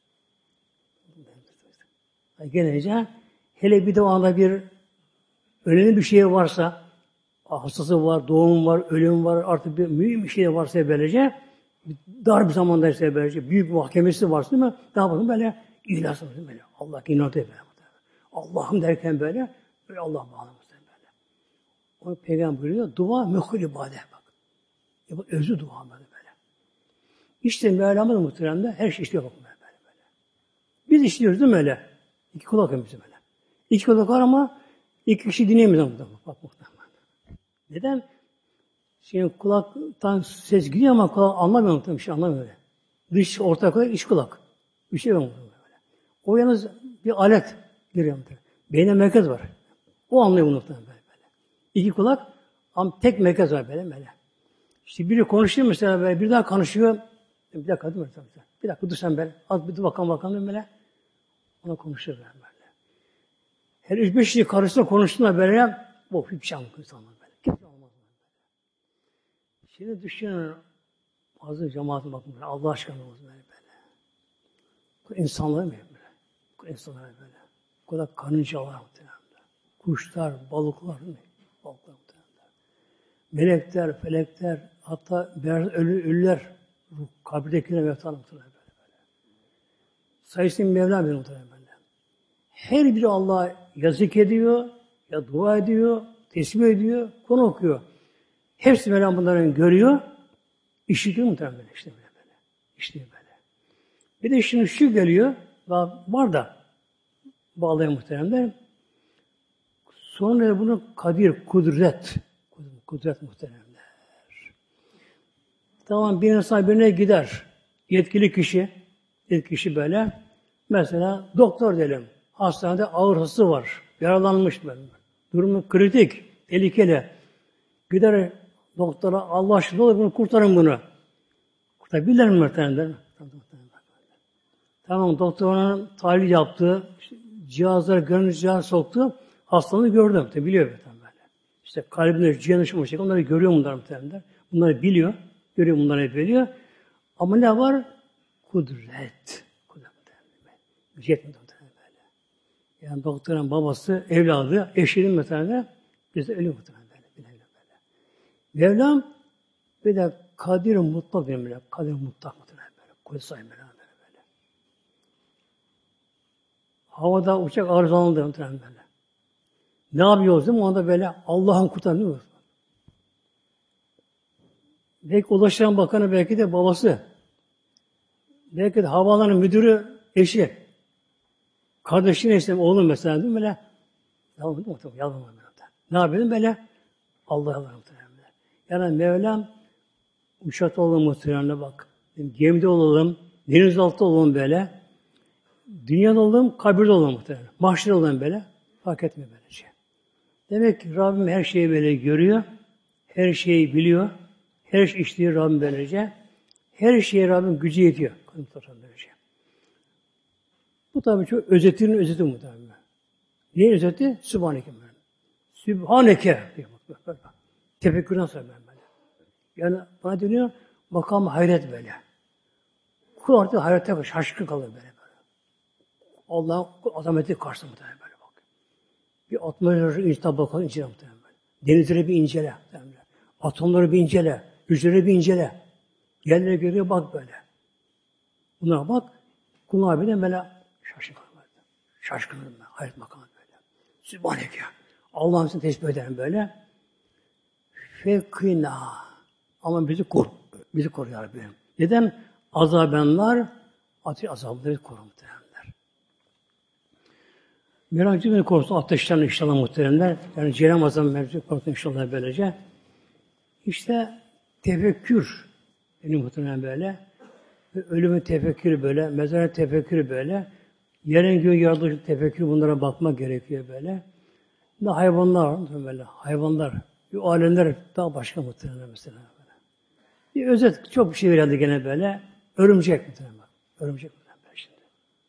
A: Gelince, hele bir de o anda bir önemli bir şey varsa, hastası var, doğum var, ölüm var, artık bir mühim bir şey varsa böylece, dar bir zamanda ise böylece, büyük bir mahkemesi varsa değil mi? Daha bakın böyle, ihlasın böyle. Allah inanıyor böyle. Allah'ım derken böyle Allah bağlamıştır böyle. Onu peygamber buyuruyor, dua mehul ibadet bak. Ya bu özü dua böyle. İşte Mevlamız muhteremde her şey işliyor bakın böyle. Biz işliyoruz değil mi öyle? İki kulak bizim böyle. İki kulak var ama iki kişi dinleyemiyor bak muhtemelen. Neden? Şimdi kulaktan ses gidiyor ama kulak anlamıyor muhtemelen. Bir şey anlamıyor öyle. Dış orta kulak, iç kulak. Bir şey yok muhtemelen böyle. O yalnız bir alet giriyor muhtemelen. Beyne merkez var. O anlıyor muhtemelen böyle. İki kulak ama tek merkez var böyle. İşte biri konuşuyor mesela böyle, bir daha konuşuyor. Bir dakika değil mi? Bir dakika dur sen böyle. Az bir dur bakalım böyle. Ona konuşuyor böyle. Her 3-5 kişi karşısında konuştuğunda böyle bu hiçbir şey anlamıyor böyle. Kimse olmaz böyle. Şimdi düşünün bazı cemaatin bakın böyle. Allah aşkına olmaz böyle. Bu insanlar mı böyle? Bu insanlar böyle. Bu kadar karıncalar muhtemelen. Kuşlar, balıklar mı? Balıklar muhtemelen. Melekler, felekler, hatta ölüler, kabirdekiler mevtan muhtemelen böyle. Sayısını Mevla benim muhtemelen böyle. Her biri Allah'a ya zikrediyor, ya dua ediyor, tesbih ediyor, konu okuyor. Hepsi Mevlam bunları görüyor, işitiyor muhtemelen böyle işte böyle. İşliyor böyle. Bir de şimdi şu geliyor, var da bağlayan muhteremler. Sonra bunu kadir, kudret muhteremler. Tamam bir insan birine gider, yetkili kişi böyle, mesela doktor diyelim, hastanede ağır hastası var, yaralanmış böyle. Durumu kritik, tehlikeli. Gider doktora, Allah aşkına olur bunu kurtarın bunu. Kurtarabilirler mi muhteremler? Tamam doktorun tahlil yaptı, cihazlara gönül cihaz soktu, hastalığını gördüm. Tabi biliyor böyle. İşte kalbinde cihan ışığı şekilde onları görüyor bunlar muhtemelen. Bunları biliyor, görüyor bunları biliyor. Ama ne var? Kudret. Kudret muhtemelen böyle. Yani doktorun babası, evladı, eşinin muhtemelen biz de ölü muhtemelen böyle. Mevlam bir de kadir mutlak benim böyle. Kadir mutlak muhtemelen böyle. Kudret sahibi böyle. Havada uçak arızalandı muhtemelen böyle. Ne yapıyoruz değil mi? Onda böyle Allah'ın kurtarını. Belki Ulaştırma Bakanı belki de babası Belki de havaalanı müdürü eşi. Kardeşin eşi, oğlum mesela değil mi böyle? Yalvarma. Ne yapıyordum böyle? Allah'a yalvarma. Yani Mevlam uçakta olalım muhtemelen bak. Gemide olalım, denizaltı olalım böyle. Dünyada olalım, kabirde olalım muhtemelen. Mahşerde olalım böyle. Fark etmiyor böylece. Demek ki Rabbim her şeyi böyle görüyor. Her şeyi biliyor. Her şey işliyor Rabbim böylece. Her şeye Rabbim gücü yetiyor. Böylece. Bu tabi çok özetinin özeti muhtemelen. Neyin özeti? Sübhaneke. Sübhaneke. Tefekkürden sonra böyle. Yani bana dönüyor, makam hayret böyle. Kul artık hayrete şaşkın kalır böyle. Allah'ın azameti karşısında muhtemelen böyle bak. Bir atmosferi içine bakalım, incele muhtemelen böyle. Denizleri bir incele muhtemelen. Atomları bir incele. Hücreleri bir incele. Yerlere görüyor bak böyle. Bunlara bak. Kulun abiden böyle şaşkın kalır. Şaşkınım ben. Hayret makamı böyle. Sübhaneke. Allah'ın seni tesbih ederim böyle. Fekina. Ama bizi koru. Bizi koru ya Rabbi. Neden? Azabenler, ateş azabları koru muhteremler. Merak etmeyin korusun ateşten inşallah muhteremler. Yani Cenab-ı Azam mevcut korusun inşallah böylece. İşte tefekkür. Benim muhterem böyle. Ölümün tefekkürü böyle. Mezarın tefekkürü böyle. Yerin göğü yaratılışı tefekkürü bunlara bakmak gerekiyor böyle. Ne hayvanlar var böyle. Hayvanlar. Alemler daha başka muhtemelen mesela. Böyle. Bir özet çok bir şey verildi gene böyle. Örümcek muhtemelen. Örümcek muhtemelen şimdi.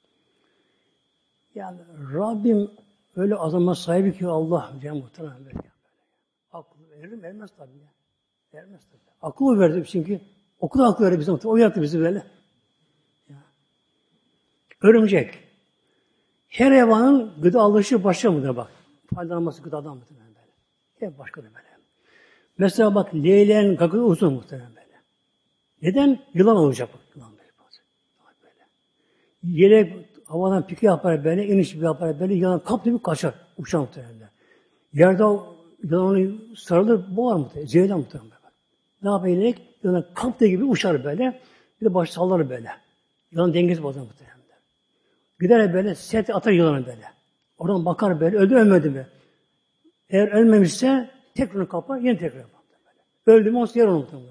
A: Yani Rabbim öyle azamet sahibi ki Allah muhtemelen böyle. Akıl verir mi? Vermez tabii ya. Vermez tabii. Akıl verdi çünkü okul akıl verdi bize. O yaptı bizi böyle. Ya. Örümcek. Her hayvanın gıda alışı başka mıdır bak. Faydalanması gıdadan mıdır böyle. Hep başka da böyle. Mesela bak leyleğin gagı uzun muhtemelen böyle. Neden? Yılan olacak bak. Yılan böyle. Yelek havadan pike yapar böyle, iniş bir yapar böyle, yılan kap gibi kaçar. Uçar muhtemelen. Yerde yılan onu sarılır, boğar muhtemelen. Zehirden muhtemelen. Ne yapar yelek? Yılan kap gibi uçar böyle. Bir de başı sallar böyle. Yılan dengesi bozar muhtemelen. Gider böyle, sert atar yılanı böyle. Oradan bakar böyle, öldü ölmedi mi? Eğer ölmemişse tekrar kapar, yine tekrar yapar. Öldü mü olsa yer onu muhtemelen.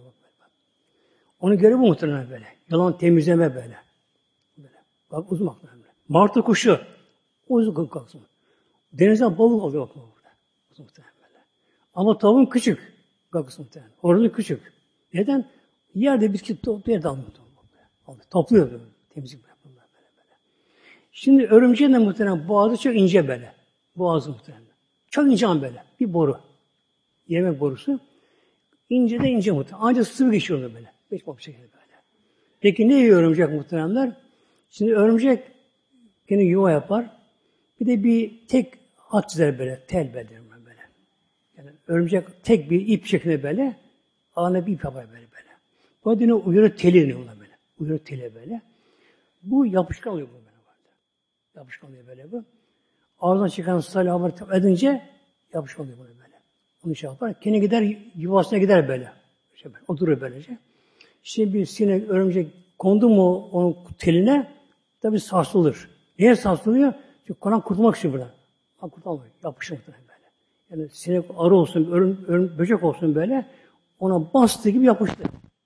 A: Onu göre bu muhtemelen böyle. Yılan temizleme böyle. Bak uzun bak böyle. Martı kuşu. Uzun kalksın. Denizden balık alıyor bak burada. Uzun muhtemelen böyle. Ama tavuğun küçük. Kalksın muhtemelen. Horonu küçük. Neden? Yerde bitki topluyor da almıyor. Topluyor böyle. Temizlik yapıyor böyle. Şimdi örümceğin de muhtemelen boğazı çok ince böyle. Boğazı muhtemelen. Çok ince böyle. Bir boru. Yemek borusu. İnce de ince muhtemelen. Ancak sıvı geçiyor böyle. Beş bak bir şekilde böyle. Peki ne yiyor örümcek muhtemelenler? Şimdi örümcek yine yuva yapar. Bir de bir tek hat çizer böyle. Tel böyle. Yani örümcek tek bir ip şeklinde böyle. Ağına bir ip yapar böyle. Bu adına uyarı teli deniyor ona böyle. Uyarı teli böyle. Bu yapışkan oluyor bu böyle. Yapışkan oluyor böyle bu. Ağzından çıkan salya haber edince yapışkan oluyor böyle. Onu şey yapar. Kendi gider yuvasına gider böyle. Oturur böylece. Şimdi bir sinek, örümcek kondu mu onun teline tabii sarsılır. Niye sarsılıyor? Çünkü konan kurtulmak için burada. Kurtulamıyor. Yapışır böyle. Yani sinek arı olsun, böcek olsun böyle ona bastığı gibi yapıştı.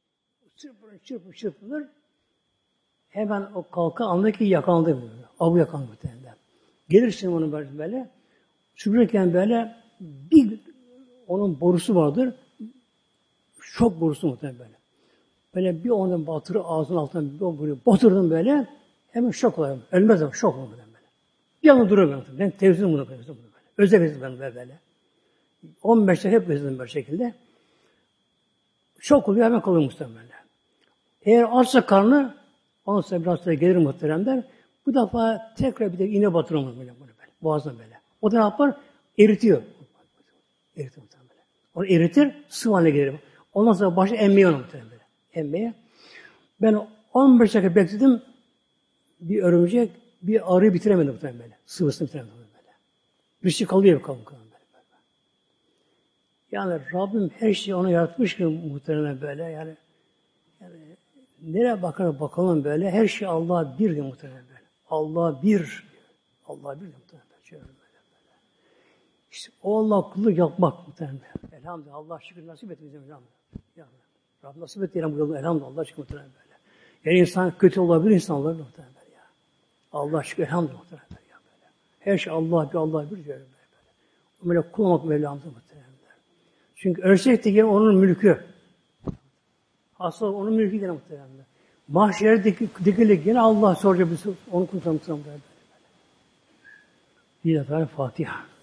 A: Çırpılır. Hemen o kalka andaki yakalandı böyle. Abu yakalandı muhtemelen. Gelir şimdi onu böyle. Süpürürken böyle bir onun borusu vardır. Şok borusu muhtemelen böyle. Böyle bir ondan batırır ağzının altından bir batırdım böyle. Hemen şok oluyorum. Ölmez ama şok oluyorum böyle. Bir anda duruyor ben. Ben televizyon bunu böyle. Özel ben böyle. 15 dakika hep bezdim böyle şekilde. Şok oluyor hemen kalıyor muhtemelen. Eğer açsa karnı ondan sonra biraz sonra gelir muhteremler. Bu defa tekrar bir de iğne batırıyor böyle. Boğazına böyle. O da ne yapar? Eritiyor. Eritiyor muhtemelen. Onu eritir, sıvı haline gelir. Ondan sonra başı emmeye onu muhtemelen böyle. Emmeye. Ben 15 dakika bekledim. Bir örümcek, bir arıyı bitiremedi muhtemelen böyle. Sıvısını bitiremedi böyle. Bir şey kalıyor kalın böyle. Yani Rabbim her şeyi onu yaratmış ki muhtemelen böyle yani Nereye bakar bakalım böyle, her şey Allah bir diyor muhtemelen böyle. Allah bir. Allah bir diyor muhtemelen böyle. İşte o Allah kulluk yapmak muhtemelen. Elhamdülillah. Allah şükür nasip etti bize elhamdülillah. Ya Rabbim nasip etti bu yolu elhamdülillah. Allah şükür muhtemelen böyle. Yani insan kötü olabilir, insan olabilir muhtemelen böyle ya. Allah şükür elhamdülillah muhtemelen böyle ya böyle. Her şey Allah bir diyor böyle. Böyle kul olmak Mevlam'da muhtemelen. Çünkü ölsek de onun mülkü. Aslında onun mülkü gene muhtemelen. Mahşerdeki dikilik yine Allah soracak, onu kurtarmak muhtemelen. Bir defa Fatiha.